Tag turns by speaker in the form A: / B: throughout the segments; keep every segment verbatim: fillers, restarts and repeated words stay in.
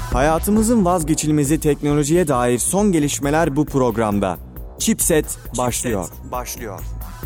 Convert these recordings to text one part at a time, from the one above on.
A: Hayatımızın vazgeçilmezi teknolojiye dair son gelişmeler bu programda. Chipset başlıyor. Chipset başlıyor.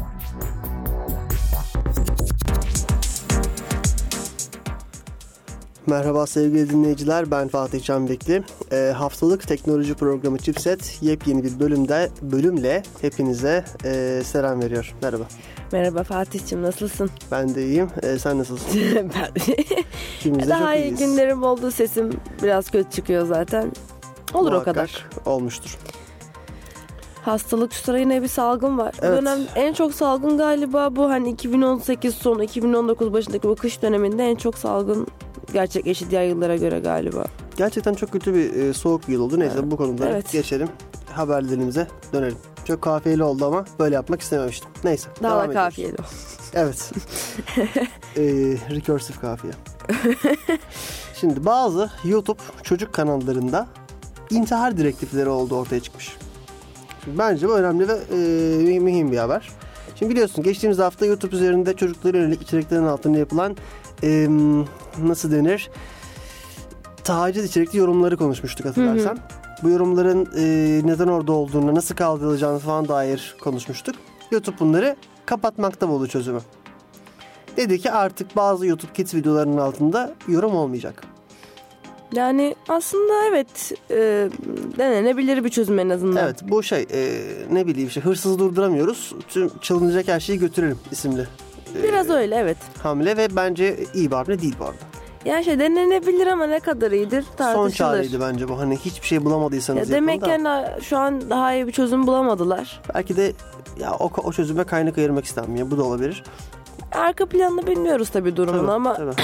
B: Merhaba sevgili dinleyiciler, ben Fatih Canbekli. E, haftalık teknoloji programı Chipset yepyeni bir bölümde bölümle hepinize e, selam veriyor. Merhaba.
C: Merhaba Fatih'cim, nasılsın?
B: Ben de iyiyim. E, sen nasılsın?
C: Ben de daha iyi günlerim oldu. Sesim biraz kötü çıkıyor zaten. Olur muhakkak, o kadar.
B: Olmuştur.
C: Hastalık şu sıra yine bir salgın var.
B: Evet.
C: Bu dönem en çok salgın galiba bu hani iki bin on sekiz sonu iki bin on dokuz başındaki bu kış döneminde en çok salgın gerçekleşti diğer yıllara göre galiba.
B: Gerçekten çok kötü bir e, soğuk bir yıl oldu. Neyse evet. Bu konuda evet. geçelim. Haberlerimize dönelim. Çok kafiyeli oldu ama böyle yapmak istememiştim. Neyse.
C: Daha da kafiyeli oldu.
B: Evet. e, recursive kafiye. Şimdi bazı YouTube çocuk kanallarında intihar direktifleri olduğu ortaya çıkmış. Şimdi bence bu önemli ve e, mühim bir haber. Şimdi biliyorsun geçtiğimiz hafta YouTube üzerinde çocuklara yönelik içeriklerin altında yapılan e, nasıl denir? Taciz içerikli yorumları konuşmuştuk hatırlarsan. Hı hı. Bu yorumların e, neden orada olduğunu, nasıl kaldırılacağını falan dair konuşmuştuk. YouTube bunları kapatmakta buldu çözümü. Dedi ki artık bazı YouTube Kids videolarının altında yorum olmayacak.
C: Yani aslında evet e, denenebilir bir çözüm en azından.
B: Evet bu şey e, ne bileyim işte hırsızı durduramıyoruz. Tüm çalınacak her şeyi götürelim isimli. E,
C: Biraz öyle evet.
B: Hamle ve bence iyi bir hamle değil bu arada.
C: Yani şey denenebilir ama ne kadar iyidir tartışılır.
B: Son çareydi bence bu. Hani hiçbir şey bulamadıysanız
C: ya demek ki şu an daha iyi bir çözüm bulamadılar.
B: Belki de ya o, o çözüme kaynak ayırmak istenmiyor. Bu da olabilir.
C: Arka planını bilmiyoruz tabii durumunu tabii, ama tabii.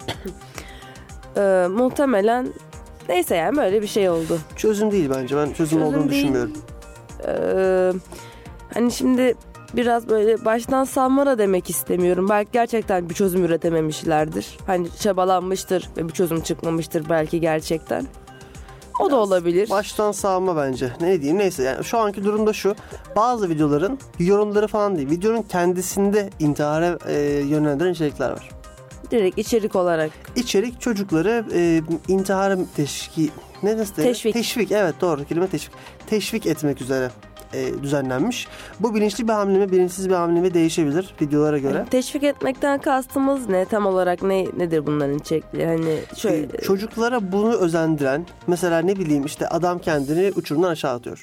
C: e, muhtemelen neyse yani böyle bir şey oldu.
B: Çözüm değil bence. Ben çözüm, çözüm olduğunu değil. düşünmüyorum.
C: Ee, hani şimdi biraz böyle baştan savma da demek istemiyorum. Belki gerçekten bir çözüm üretememişlerdir. Hani çabalanmıştır ve bir çözüm çıkmamıştır belki gerçekten. O biraz da olabilir.
B: Baştan savma bence. Ne diyeyim neyse yani şu anki durumda şu. Bazı videoların yorumları falan değil. Videonun kendisinde intihara e, yönlendiren içerikler var.
C: Direkt içerik olarak.
B: İçerik çocukları e, intihara teşvik ne nasıl
C: Teşvik.
B: Teşvik evet doğru kelime teşvik. Teşvik etmek üzere e, düzenlenmiş. Bu bilinçli bir hamle mi, bilinçsiz bir hamle mi değişebilir videolara göre.
C: Yani teşvik etmekten kastımız ne? Tam olarak ne nedir bunların içerikleri? Hani şöyle
B: e, çocuklara bunu özendiren mesela ne bileyim işte adam kendini uçurumdan aşağı atıyor.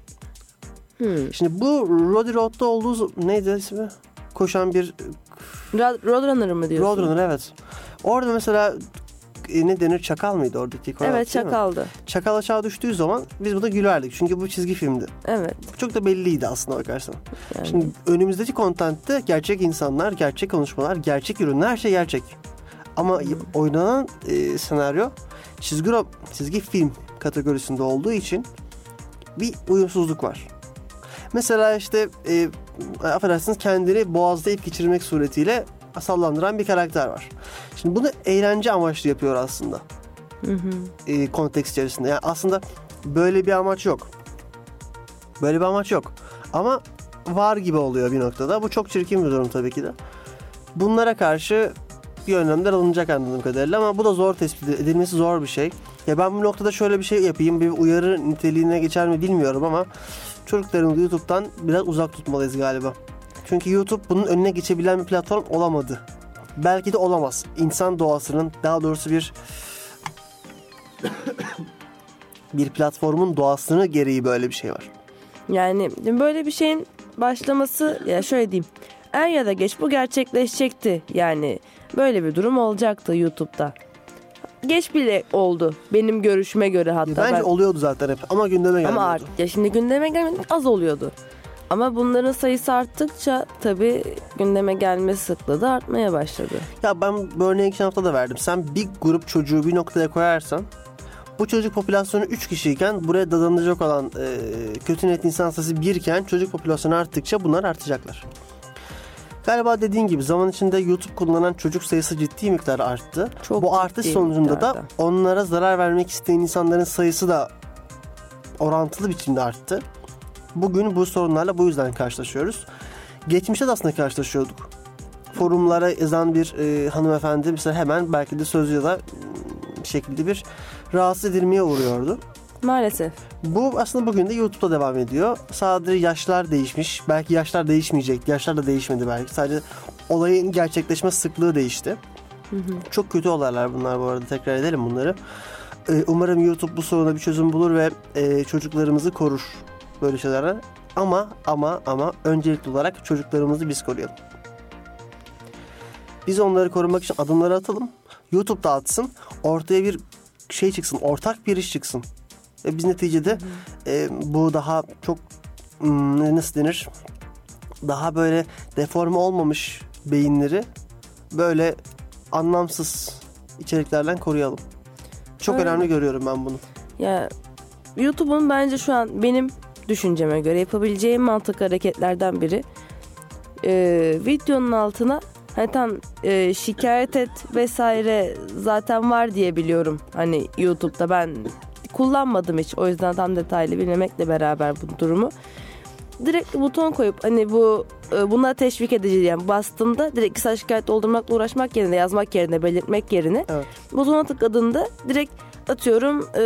B: Hmm. Şimdi bu Roddy Road'da olduğu neydi ismi? Koşan bir
C: Roadrunner mı diyorsun?
B: Roadrunner evet. Orada mesela ne denir çakal mıydı oradaki?
C: Evet çakaldı.
B: Çakal aşağı düştüğü zaman biz burada gülerdik. Çünkü bu çizgi filmdi.
C: Evet.
B: Çok da belliydi aslında bakarsan.
C: Yani.
B: Şimdi önümüzdeki kontentte gerçek insanlar, gerçek konuşmalar, gerçek ürünler her şey gerçek. Ama hmm. oynanan e, senaryo çizgi, çizgi film kategorisinde olduğu için bir uyumsuzluk var. Mesela işte e, affedersiniz kendini boğazda ip geçirmek suretiyle sallandıran bir karakter var. Şimdi bunu eğlence amaçlı yapıyor aslında. Hı hı. E, konteks içerisinde. Yani aslında böyle bir amaç yok. Böyle bir amaç yok. Ama var gibi oluyor bir noktada. Bu çok çirkin bir durum tabii ki de. Bunlara karşı bir önlemler alınacak anladığım kadarıyla ama bu da zor tespit edilmesi zor bir şey. Ya ben bu noktada şöyle bir şey yapayım. Bir uyarı niteliğine geçer mi bilmiyorum ama çocuklarını YouTube'dan biraz uzak tutmalıyız galiba. Çünkü YouTube bunun önüne geçebilen bir platform olamadı. Belki de olamaz. İnsan doğasının, daha doğrusu bir bir platformun doğasını gereği böyle bir şey var.
C: Yani böyle bir şeyin başlaması ya şöyle diyeyim. Er ya da geç bu gerçekleşecekti. Yani böyle bir durum olacaktı YouTube'da. Geç bile oldu. Benim görüşüme göre hatta.
B: Bence ben... oluyordu zaten hep ama gündeme gelmiyordu.
C: Ama artık ya şimdi gündeme gelmedi az oluyordu. Ama bunların sayısı arttıkça tabii gündeme gelme sıklığı da artmaya başladı.
B: Ya ben bu örneği geçen hafta da verdim. Sen bir grup çocuğu bir noktaya koyarsan bu çocuk popülasyonu üç kişiyken buraya dadanacak olan e, kötü niyetli insan sayısı birken çocuk popülasyonu arttıkça bunlar artacaklar. Galiba dediğin gibi zaman içinde YouTube kullanan çocuk sayısı ciddi miktar arttı. Çok bu artış sonucunda miktarda. Da onlara zarar vermek isteyen insanların sayısı da orantılı biçimde arttı. Bugün bu sorunlarla bu yüzden karşılaşıyoruz. Geçmişte de aslında karşılaşıyorduk. Forumlara yazan bir e, hanımefendi mesela hemen belki de sözlü ya da şekilde bir rahatsız edilmeye uğruyordu.
C: Maalesef.
B: Bu aslında bugün de YouTube'da devam ediyor. Sadece yaşlar değişmiş. Belki yaşlar değişmeyecek. Yaşlar da değişmedi belki. Sadece olayın gerçekleşme sıklığı değişti.
C: Hı hı.
B: Çok kötü olaylar bunlar bu arada. Tekrar edelim bunları. Ee, umarım YouTube bu soruna bir çözüm bulur ve e, çocuklarımızı korur böyle şeylerden. Ama ama ama öncelikli olarak çocuklarımızı biz koruyalım. Biz onları korumak için adımları atalım. YouTube da atsın. Ortaya bir şey çıksın. Ortak bir iş çıksın. Ve biz neticede e, bu daha çok hmm, nasıl denir? Daha böyle deforme olmamış beyinleri böyle anlamsız içeriklerden koruyalım. Çok
C: Aynen.
B: önemli görüyorum ben bunu.
C: Ya YouTube'un bence şu an benim düşünceme göre yapabileceğim mantık hareketlerden biri. Ee, videonun altına hani tam e, şikayet et vesaire zaten var diye biliyorum. Hani YouTube'da ben kullanmadım hiç. O yüzden tam detaylı bilmemekle beraber bu durumu. Direkt buton koyup hani bu e, buna teşvik edici yani bastığında direkt kısa şikayet doldurmakla uğraşmak yerine yazmak yerine belirtmek yerine
B: Evet.
C: butona tıkladığında direkt atıyorum e,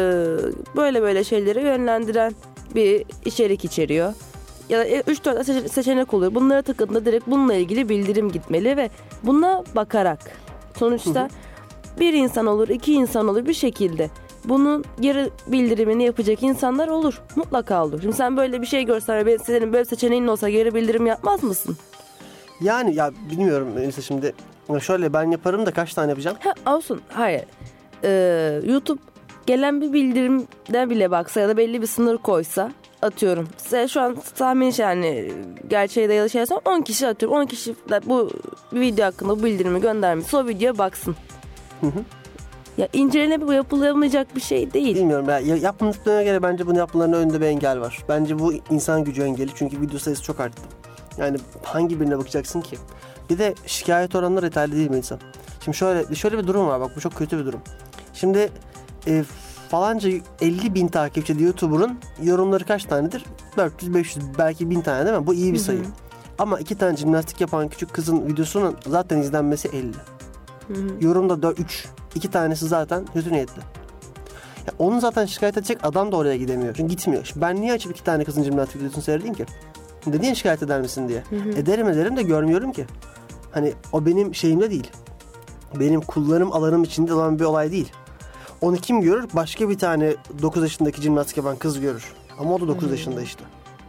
C: böyle böyle şeyleri yönlendiren bir içerik içeriyor. Ya da üç dört seçenek oluyor. Bunlara tıkladığında direkt bununla ilgili bildirim gitmeli ve buna bakarak sonuçta hı hı. bir insan olur, iki insan olur bir şekilde bunun geri bildirimini yapacak insanlar olur. Mutlaka olur. Şimdi sen böyle bir şey görsen ve senin böyle seçeneğin olsa geri bildirim yapmaz mısın?
B: Yani ya bilmiyorum. Mesela şimdi şöyle ben yaparım da kaç tane yapacağım?
C: Ha, olsun. Hayır. Ee, YouTube gelen bir bildirimden bile baksa ya da belli bir sınır koysa atıyorum. Size şu an tahmin yani gerçeğe dayalı şey yapsam on kişi atıyorum. on kişi bu video hakkında bu bildirimi göndermişse o videoya baksın.
B: Hı hı.
C: Ya inceleme bu yapılamayacak bir şey değil.
B: Bilmiyorum ya, yapmadıklarına göre bence bunu yapmalarının önünde bir engel var. Bence bu insan gücü engeli çünkü video sayısı çok arttı. Yani hangi birine bakacaksın ki? Bir de şikayet oranları yeterli değil mi insan? Şimdi şöyle şöyle bir durum var bak bu çok kötü bir durum. Şimdi e, falanca elli bin takipçili YouTuber'ın yorumları kaç tanedir? dört yüz beş yüz belki bin tane değil mi? Bu iyi bir sayı. Hı hı. Ama iki tane jimnastik yapan küçük kızın videosunun zaten izlenmesi elli. Hı hı. Yorumda üç. İki tanesi zaten kötü niyetli. Ya onun zaten şikayet edecek adam da oraya gidemiyor. Çünkü gitmiyor. Şimdi ben niye açıp iki tane kızın jimnastik videosunu seyredeyim ki? Dediğin şikayet eder misin diye. Hı hı. Ederim ederim de görmüyorum ki. Hani o benim şeyimde değil. Benim kullanım alanım içinde olan bir olay değil. Onu kim görür? Başka bir tane dokuz yaşındaki jimnastik yapan kız görür. Ama o da dokuz yaşında işte.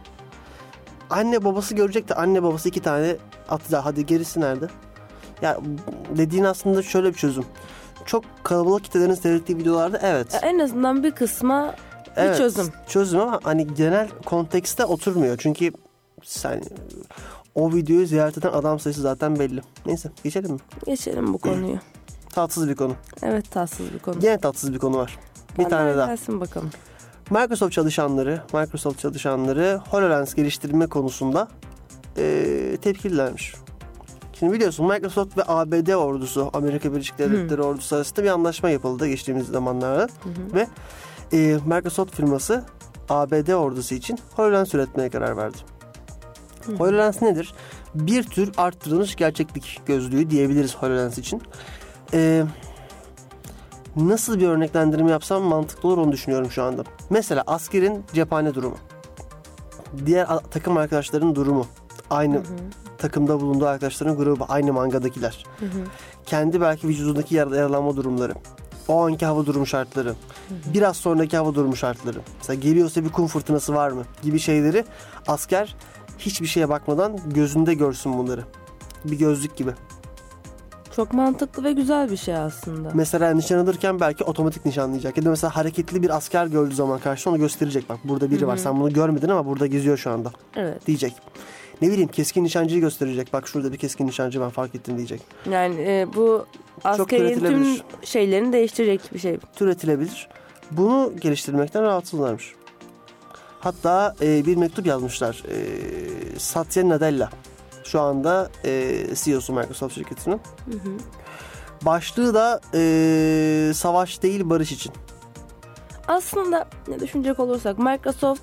B: Anne babası görecek de anne babası iki tane atacak. Hadi gerisi nerede? Ya dediğin aslında şöyle bir çözüm. Çok kalabalık kitlelerin seyrettiği videolarda evet.
C: En azından bir kısma bir
B: evet,
C: çözüm.
B: Çözüm ama hani genel kontekste oturmuyor. Çünkü sen o videoyu ziyaret eden adam sayısı zaten belli. Neyse geçelim mi?
C: Geçelim bu konuyu.
B: Tatsız bir konu.
C: Evet tatsız bir konu.
B: Gene tatsız bir konu var. Bir
C: ben
B: tane daha.
C: Gelsin bakalım.
B: Microsoft çalışanları, Microsoft çalışanları HoloLens geliştirme konusunda e, tepkililermiş. Şimdi biliyorsun Microsoft ve A B D ordusu, Amerika Birleşik Devletleri hı. ordusu arasında bir anlaşma yapıldı geçtiğimiz zamanlarda. Hı hı. Ve e, Microsoft firması A B D ordusu için HoloLens üretmeye karar verdi. Hı hı. HoloLens nedir? Bir tür arttırılmış gerçeklik gözlüğü diyebiliriz HoloLens için. E, nasıl bir örneklendirme yapsam mantıklı olur onu düşünüyorum şu anda. Mesela askerin cephane durumu. Diğer takım arkadaşlarının durumu. Aynı hı hı. takımda bulunduğu arkadaşların grubu, aynı mangadakiler. Hı hı. Kendi belki vücudundaki yaralanma durumları. O anki hava durumu şartları. Hı hı. Biraz sonraki hava durumu şartları. Mesela geliyorsa bir kum fırtınası var mı? Gibi şeyleri asker hiçbir şeye bakmadan gözünde görsün bunları. Bir gözlük gibi.
C: Çok mantıklı ve güzel bir şey aslında.
B: Mesela nişan alırken belki otomatik nişanlayacak. Ya da mesela hareketli bir asker gördüğü zaman karşı onu gösterecek. Bak burada biri hı hı. var. Sen bunu görmedin ama burada geziyor şu anda.
C: Evet.
B: Diyecek. Ne bileyim keskin nişancıyı gösterecek. Bak şurada bir keskin nişancı ben fark ettim diyecek.
C: Yani e, bu askerin tüm şeylerini değiştirecek bir şey.
B: Türetilebilir. Bunu geliştirmekten rahatsızlarmış. Hatta e, bir mektup yazmışlar. E, Satya Nadella. Şu anda e, C E O'su Microsoft şirketinin. Hı hı. Başlığı da e, savaş değil barış için.
C: Aslında ne düşünecek olursak Microsoft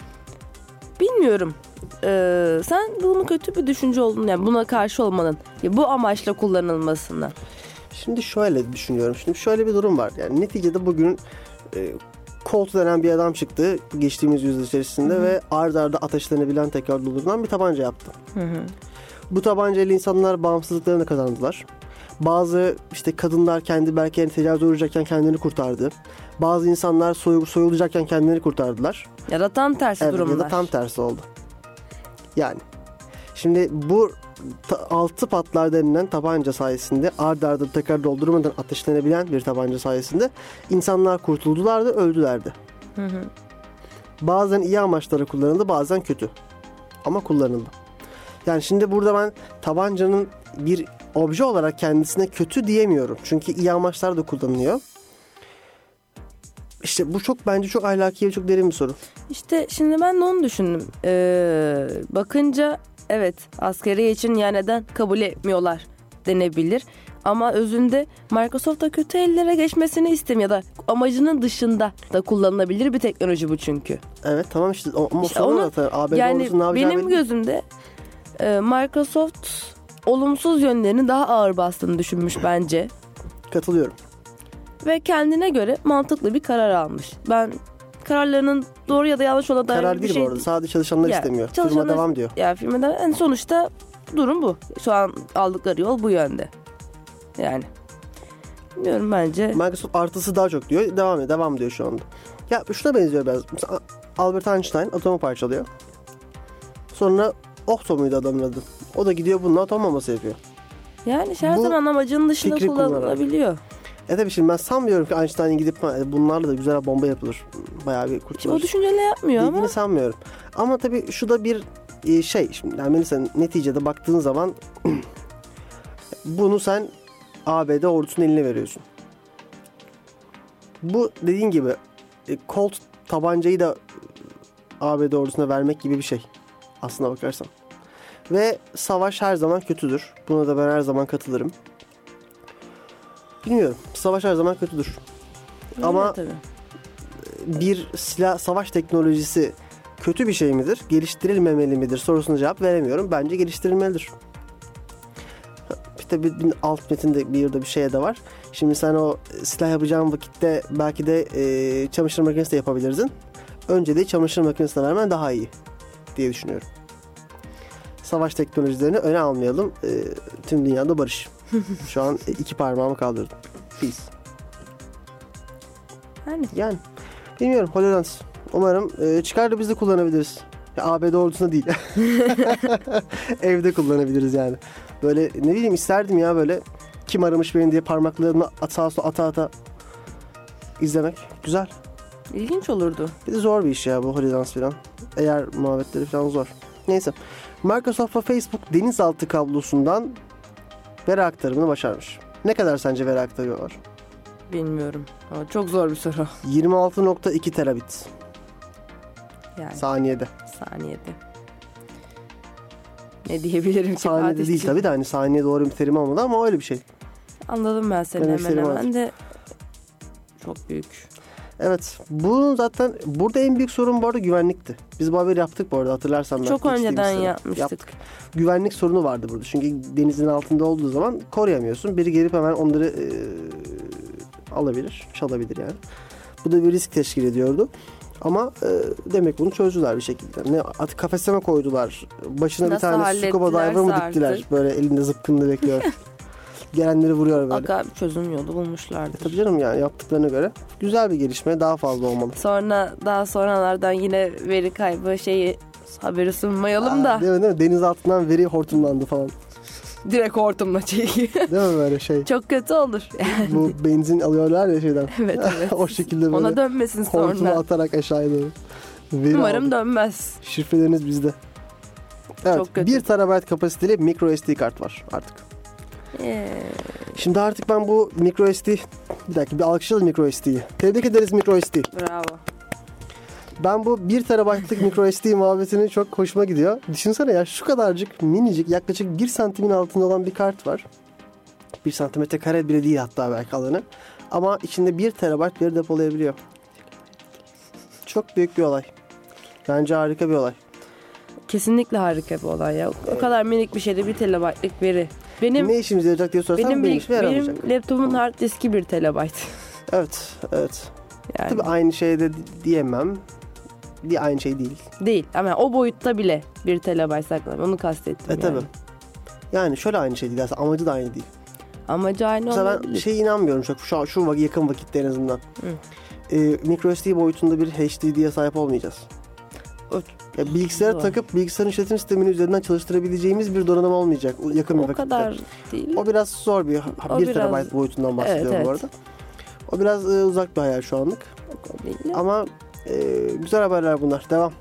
C: bilmiyorum. Ee, sen bunun kötü bir düşünce olduğunu yani buna karşı olmanın bu amaçla kullanılmasından.
B: Şimdi şöyle düşünüyorum. Şimdi şöyle bir durum var. Yani neticede bugün e, Colt denen bir adam çıktı geçtiğimiz yüzyıl içerisinde hı hı. ve ard arda ateşlenebilen, tekrar doldurulan bir tabanca yaptı. Hı hı. Bu tabancayla insanlar bağımsızlıklarını kazandılar. Bazı işte kadınlar kendi belki yani tecavüze uğrayacakken kendini kurtardı. Bazı insanlar soy, soyulacakken kendini kurtardılar.
C: Ya da tam tersi
B: evet,
C: durumlar.
B: Ya da tam tersi oldu. Yani şimdi bu ta, altı patlar denilen tabanca sayesinde ard arda tekrar doldurmadan ateşlenebilen bir tabanca sayesinde insanlar kurtuldular da öldülerdi. Hı hı. Bazen iyi amaçlara kullanıldı, bazen kötü. Ama kullanıldı. Yani şimdi burada ben tabancanın bir obje olarak kendisine kötü diyemiyorum. Çünkü iyi amaçlar da kullanılıyor. İşte bu çok bence çok ahlaki ve çok derin bir soru.
C: İşte şimdi ben de onu düşündüm. Ee, bakınca evet askeri için ya neden kabul etmiyorlar denebilir. Ama özünde Microsoft'ta kötü ellere geçmesini istemiyor ya da amacının dışında da kullanılabilir bir teknoloji bu çünkü.
B: Evet tamam işte ama
C: işte onu,
B: A B D
C: yani benim
B: belli.
C: gözümde e, Microsoft olumsuz yönlerini daha ağır bastığını düşünmüş bence.
B: Katılıyorum.
C: Ve kendine göre mantıklı bir karar almış. Ben kararlarının doğru ya da yanlış olduğuna dair
B: karar
C: bir
B: değil
C: şey...
B: bu arada. Sadece çalışanlar ya, istemiyor.
C: Çalışanlar,
B: firma devam diyor.
C: Ya firma devam. Yani sonuçta durum bu. Şu an aldıkları yol bu yönde. Yani. Bilmiyorum bence.
B: Microsoft artısı daha çok diyor. Devam ediyor. Devam diyor şu anda. Ya şuna benziyor biraz. Mesela Albert Einstein atomu parçalıyor. Sonra Otto muydu adamın adı? O da gidiyor bununla atom bombası yapıyor.
C: Yani her bu zaman amacının dışında kullanılabiliyor.
B: E tabii şimdi ben sanmıyorum ki Einstein'in gidip bunlarla da güzel bomba yapılır. Bayağı bir kurtulur.
C: O düşünceyle yapmıyor
B: dediğini
C: ama.
B: sanmıyorum. Ama tabii şu da bir şey. Şimdi yani Melisa neticede baktığın zaman bunu sen A B D ordusunun eline veriyorsun. Bu dediğin gibi Colt tabancayı da A B D ordusuna vermek gibi bir şey. Aslına bakarsan. Ve savaş her zaman kötüdür. Buna da ben her zaman katılırım. Bilmiyorum. Savaş her zaman kötüdür.
C: Evet,
B: ama
C: tabii.
B: Bir silah savaş teknolojisi kötü bir şey midir? Geliştirilmemeli midir? Sorusuna cevap veremiyorum. Bence geliştirilmelidir. İşte bir, bir alt metinde bir yerde bir şey de var. Şimdi sen o silah yapacağın vakitte belki de e, çamaşır makinesi de yapabilirdin. Önce de çamaşır makinesine vermen daha iyi diye düşünüyorum. Savaş teknolojilerini öne almayalım. E, tüm dünyada barış. Şu an iki parmağımı kaldırdım. Peace.
C: Yani.
B: Yani. Bilmiyorum. HoloLens. Umarım e, çıkar da biz de kullanabiliriz. Ya, A B D ordusunda değil. Evde kullanabiliriz yani. Böyle ne bileyim isterdim ya böyle kim aramış beni diye parmaklarını ata ata ata izlemek. Güzel.
C: İlginç olurdu.
B: Bir de zor bir iş ya bu HoloLens falan. Eğer muhabbetleri falan zor. Neyse. Microsoft ve Facebook denizaltı kablosundan veri aktarımını başarmış. Ne kadar sence veri aktarıyorlar?
C: Bilmiyorum. Ama çok zor bir soru.
B: yirmi altı nokta iki terabit.
C: Yani.
B: Saniyede.
C: Saniyede. Ne diyebilirim ki?
B: Saniyede
C: Ateşçi.
B: değil tabii de hani saniye doğru bir terim olmadı ama öyle bir şey.
C: Anladım ben seni
B: Demek
C: hemen hemen
B: vardır.
C: de çok büyük.
B: Evet. Bu zaten burada en büyük sorun bu arada güvenlikti. Biz bu haberi yaptık bu arada hatırlarsan.
C: Çok önceden yapmıştık.
B: Yaptık. Güvenlik sorunu vardı burada. Çünkü denizin altında olduğu zaman koruyamıyorsun. Biri gelip hemen onları e, alabilir, çalabilir yani. Bu da bir risk teşkil ediyordu. Ama e, demek bunu çözdüler bir şekilde. Ne at kafesine koydular. Başına
C: nasıl
B: bir tane scuba diver mı diktiler? Böyle elinde zıpkınla bekliyor. Gelenleri vuruyor böyle.
C: Aga bir çözüm yolu bulmuşlardır.
B: E, tabii canım yani yaptıklarına göre. Güzel bir gelişme. Daha fazla olmalı.
C: Sonra daha sonralardan yine veri kaybı şeyi haberi sunmayalım
B: Aa,
C: da.
B: Değil mi, değil mi? Deniz altından veri hortumlandı falan.
C: Direkt hortumla çekiyor.
B: Değil mi böyle şey?
C: Çok kötü olur.
B: Bu benzin alıyorlar ya şeyden.
C: Evet evet.
B: O şekilde böyle.
C: Ona dönmesin
B: hortumu
C: sonra.
B: atarak aşağıya doğru. Veri
C: Umarım
B: aldık.
C: dönmez.
B: Şifreleriniz bizde. Evet.
C: Çok kötü.
B: bir terabayt kapasiteli micro S D kart var artık.
C: Ee,
B: Şimdi artık ben bu micro S D bir dakika bir alkışlayalım micro S D'yi. Tebrik ederiz micro S D.
C: bravo.
B: Ben bu bir terabaytlık micro S D muhabbetini çok hoşuma gidiyor. Düşünsene ya şu kadarcık minicik yaklaşık bir santimin altında olan bir kart var. bir santimetre kare bile değil hatta belki alanı. Ama içinde bir terabayt veri depolayabiliyor. Çok büyük bir olay. Bence harika bir olay.
C: Kesinlikle harika bir olay ya. O kadar minik bir şeyde bir terabaytlık veri. Benim
B: ne işimize yarayacak diye sorarsan
C: benim,
B: benim işime yaramayacak.
C: benim laptopumun hard diski bir terabayt.
B: Evet, evet.
C: Yani.
B: Tabii aynı şey de diyemem. Bir aynı şey değil.
C: Değil ama o boyutta bile bir terabayt saklanıyor. Onu kastettim
B: E
C: yani.
B: tabii. Yani şöyle aynı şey değil aslında, amacı da aynı değil.
C: Amacı aynı
B: Mesela
C: olabilir.
B: ben şeye inanmıyorum şu, şu, şu yakın vakitte en azından. Ee, microSD boyutunda bir H D D'ye sahip olmayacağız.
C: O,
B: Ya bilgisayara
C: Doğru.
B: takıp bilgisayarın işletim sistemini üzerinden çalıştırabileceğimiz bir donanım olmayacak yakın bir
C: o
B: vakitte.
C: kadar değil.
B: O biraz zor bir
C: O
B: bir
C: biraz-
B: terabayt boyutundan bahsediyorum
C: Evet,
B: bu
C: evet.
B: arada. O biraz e, uzak bir hayal şu anlık.
C: O değil.
B: Ama e, güzel haberler bunlar. Devam.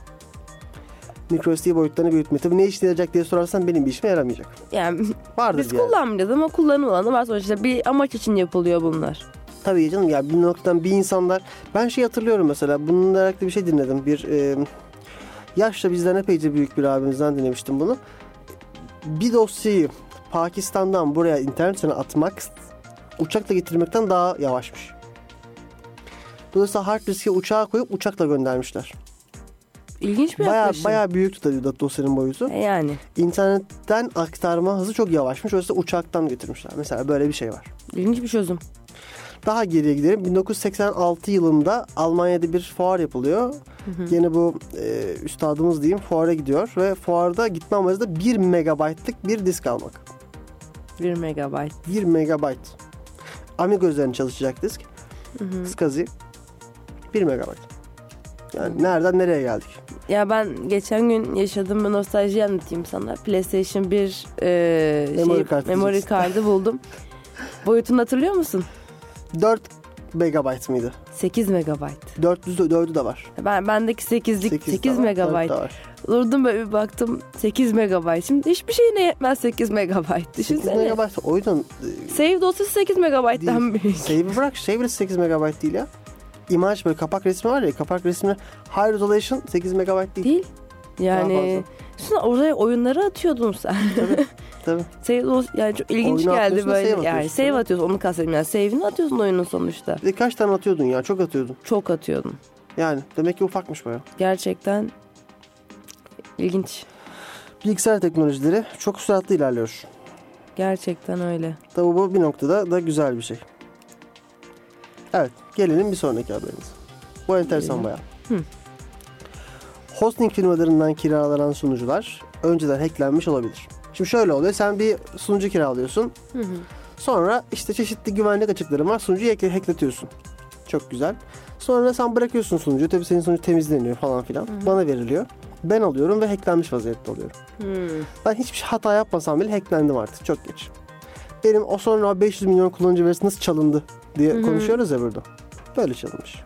B: microSD boyutlarını büyütme. Tabii ne işine yarayacak diye sorarsan benim bir işime yaramayacak.
C: Yani
B: Vardır
C: biz
B: yani.
C: kullanmayacağız ama kullanım alanı var sonuçta. Bir amaç için yapılıyor bunlar.
B: Tabii canım ya bir noktadan bir insanlar ben şey hatırlıyorum mesela bununla alakalı bir şey dinledim. Bir e, yaşça bizden epeyce büyük bir abimizden dinlemiştim bunu. Bir dosyayı Pakistan'dan buraya internet üzerine atmak uçakla getirmekten daha yavaşmış. Dolayısıyla hard diski uçağa koyup uçakla göndermişler.
C: İlginç bir
B: Baya
C: yaklaşım.
B: baya büyük tabii dosyanın boyutu.
C: E yani.
B: İnternetten aktarma hızı çok yavaşmış. Dolayısıyla uçaktan getirmişler. Mesela böyle bir şey var.
C: İlginç bir çözüm.
B: Daha geriye gidelim. bin dokuz yüz seksen altı yılında Almanya'da bir fuar yapılıyor.
C: Hı hı.
B: Yine bu e, üstadımız diyeyim fuara gidiyor ve fuarda gitme amacı da bir megabaytlık bir disk almak.
C: bir megabayt.
B: bir megabayt. Amiga üzerine çalışacak disk.
C: Hı hı.
B: SCSI. bir megabayt. Yani nereden nereye geldik?
C: Ya ben geçen gün yaşadığım bir nostaljiyi anlatayım sana. PlayStation bir e,
B: Memory
C: şey,
B: kart
C: memory
B: diyeceksin.
C: kartı buldum. Boyutunu hatırlıyor musun?
B: dört megabayt mıydı?
C: sekiz megabayt.
B: dört yüz dördü de var.
C: Ben bendeki sekizlik
B: sekiz
C: sekiz
B: de var,
C: megabayt.
B: dört de var.
C: Durdum böyle bir baktım sekiz megabayt. Şimdi hiçbir şeyine yetmez sekiz megabayt.
B: sekiz
C: Düşünsene.
B: megabayt o yüzden e,
C: Save dosyası sekiz megabayttan büyük.
B: Save'i bırak. Save bile sekiz megabayt değil ya. İmaj böyle kapak resmi var ya, kapak resmine high resolution sekiz megabayt değil.
C: Değil. Yani
B: Daha
C: sonra oraya oyunları atıyordun sen.
B: Tabii. Tabii.
C: Save dos- yani çok ilginç
B: Oyunu
C: geldi
B: atıyorsun da
C: böyle.
B: save
C: yani
B: atıyorsun,
C: save
B: tabii.
C: atıyorsun onu kastediyorum. Yani save'ini atıyorsun oyunun sonuçta.
B: Bir de kaç tane atıyordun ya? Çok atıyordun.
C: Çok atıyordun.
B: Yani demek ki ufakmış bayağı.
C: Gerçekten ilginç.
B: Bilgisayar teknolojileri çok süratli ilerliyor.
C: Gerçekten öyle.
B: Tabii bu bir noktada da güzel bir şey. Evet. Gelelim bir sonraki haberimize. Bu enteresan
C: Gelelim.
B: bayağı.
C: Hı.
B: Hosting firmalarından kiralanan sunucular önceden hacklenmiş olabilir. Şimdi şöyle oluyor. Sen bir sunucu kiralıyorsun.
C: Hı hı.
B: Sonra işte çeşitli güvenlik açıkları var. Sunucuyu hackle- hackletiyorsun. Çok güzel. Sonra sen bırakıyorsun sunucuyu. Tabii senin sunucu temizleniyor falan filan.
C: Hı hı.
B: Bana veriliyor. Ben alıyorum ve hacklenmiş vaziyette oluyorum.
C: Hmm.
B: Ben hiçbir şey hata yapmasam bile hacklendim artık. Çok geç. Benim o sonra beş yüz milyon kullanıcı verisi nasıl çalındı diye
C: Hı hı.
B: konuşuyoruz ya burada. Böyle çalınmış.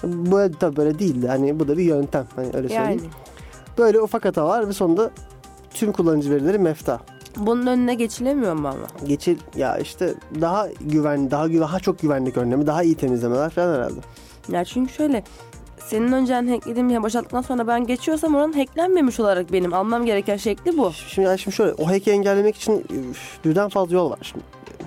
B: Bu tabii böyle değildi. Hani bu da bir yöntem. Hani öyle
C: Yani
B: söyleyeyim. Böyle ufak hatalar ve sonunda tüm kullanıcı verileri mefta.
C: bunun önüne geçilemiyor mu ama?
B: Geçil ya işte daha güvenli, daha güven, daha çok güvenlik önlemi, daha iyi temizlemeler falan herhalde.
C: Ya çünkü şöyle senin önceden hacklediğim ya boşalttıktan sonra ben geçiyorsam oranın hacklenmemiş olarak benim almam gereken şekli bu.
B: Şimdi, yani şimdi şöyle o hack'i engellemek için üf, birden fazla yol var şimdi.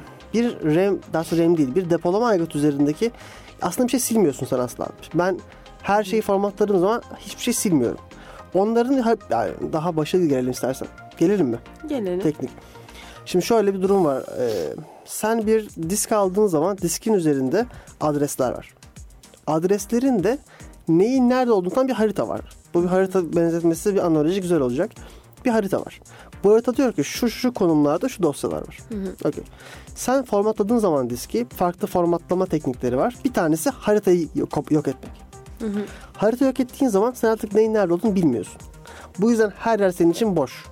B: Bir RAM, daha sonra RAM değil, bir depolama aygıt üzerindeki aslında bir şey silmiyorsun sen asla. Ben her şeyi formatladığım zaman hiçbir şey silmiyorum. Onların yani daha başa gelelim istersen. Gelelim mi?
C: Gelelim.
B: Teknik. Şimdi şöyle bir durum var. Ee, sen bir disk aldığın zaman diskin üzerinde adresler var. Adreslerin de neyin nerede olduğundan bir harita var. Bu bir harita benzetmesi, bir analoji güzel olacak. Bir harita var. Bu harita diyor ki şu şu konumlarda şu dosyalar var.
C: Hı hı.
B: Okay. Sen formatladığın zaman diski farklı formatlama teknikleri var. Bir tanesi haritayı yok, yok etmek.
C: Hı hı.
B: Harita yok ettiğin zaman sen artık neyin nerede olduğunu bilmiyorsun. Bu yüzden her yer senin için boş.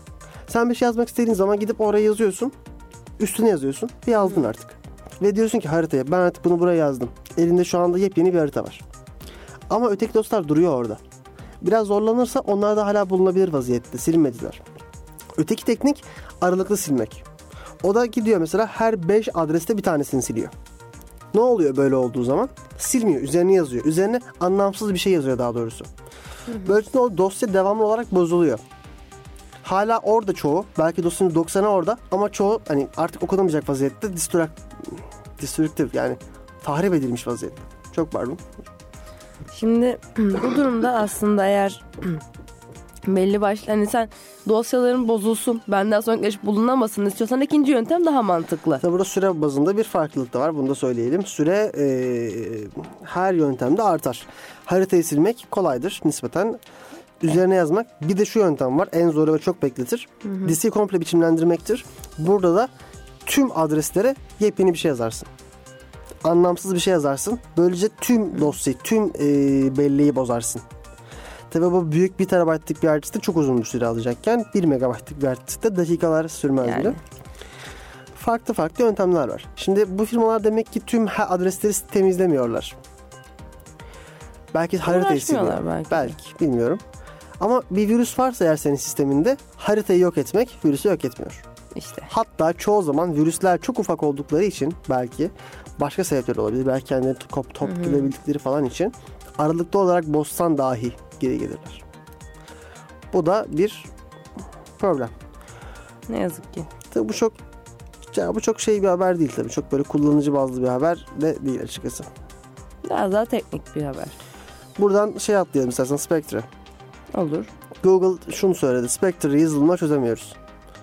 B: Sen bir şey yazmak istediğin zaman gidip oraya yazıyorsun. Üstüne yazıyorsun ve yazdın artık. Ve diyorsun ki haritaya ben artık bunu buraya yazdım. Elinde şu anda yepyeni bir harita var. Ama öteki dostlar duruyor orada. Biraz zorlanırsa onlar da hala bulunabilir vaziyette. Silinmediler. Öteki teknik aralıklı silmek. O da gidiyor mesela her beş adreste bir tanesini siliyor. Ne oluyor böyle olduğu zaman? Silmiyor. Üzerine yazıyor. Üzerine anlamsız bir şey yazıyor daha doğrusu. Böylece o dosya devamlı olarak bozuluyor. Hala orada çoğu. Belki dosyanın doksanı orada ama çoğu hani artık okunamayacak vaziyette destruct, destructive yani tahrip edilmiş vaziyette. Çok pardon.
C: Şimdi bu durumda aslında eğer Belli başlı hani sen dosyaların bozulsun, benden sonra gelip bulunamasın istiyorsan ikinci yöntem daha mantıklı.
B: Tabi burada süre bazında bir farklılık da var. Bunu da söyleyelim. Süre e, her yöntemde artar. Haritayı silmek kolaydır nispeten. Üzerine yazmak. Bir de şu yöntem var. En zoru ve çok bekletir. Hı hı. Diski komple biçimlendirmektir. Burada da tüm adreslere yepyeni bir şey yazarsın. Anlamsız bir şey yazarsın. Böylece tüm dosyayı, tüm e, belleği bozarsın. Tabi bu büyük bir terabaytlık bir hard diskte çok uzun bir süre alacakken bir megabaytlık bir hard diskte dakikalar sürmez yani. Bile. Farklı farklı yöntemler var. Şimdi bu firmalar demek ki tüm adresleri temizlemiyorlar. Belki haritayı siliyor. Belki. belki bilmiyorum. Ama bir virüs varsa eğer senin sisteminde haritayı yok etmek virüsü yok etmiyor.
C: İşte.
B: Hatta çoğu zaman virüsler çok ufak oldukları için belki başka sebepler olabilir. Belki kendileri top, top gidebildikleri falan için aralıklı olarak bozsan dahi geri gelirler. Bu da bir problem.
C: Ne yazık ki.
B: Tabii bu çok ya bu çok şey bir haber değil tabii. Çok böyle kullanıcı bazlı bir haber de değil açıkçası.
C: Biraz daha teknik bir haber.
B: Buradan şey atlayalım istersen Spectre.
C: Olur.
B: Google şunu söyledi. Spectre yazılımla çözemiyoruz.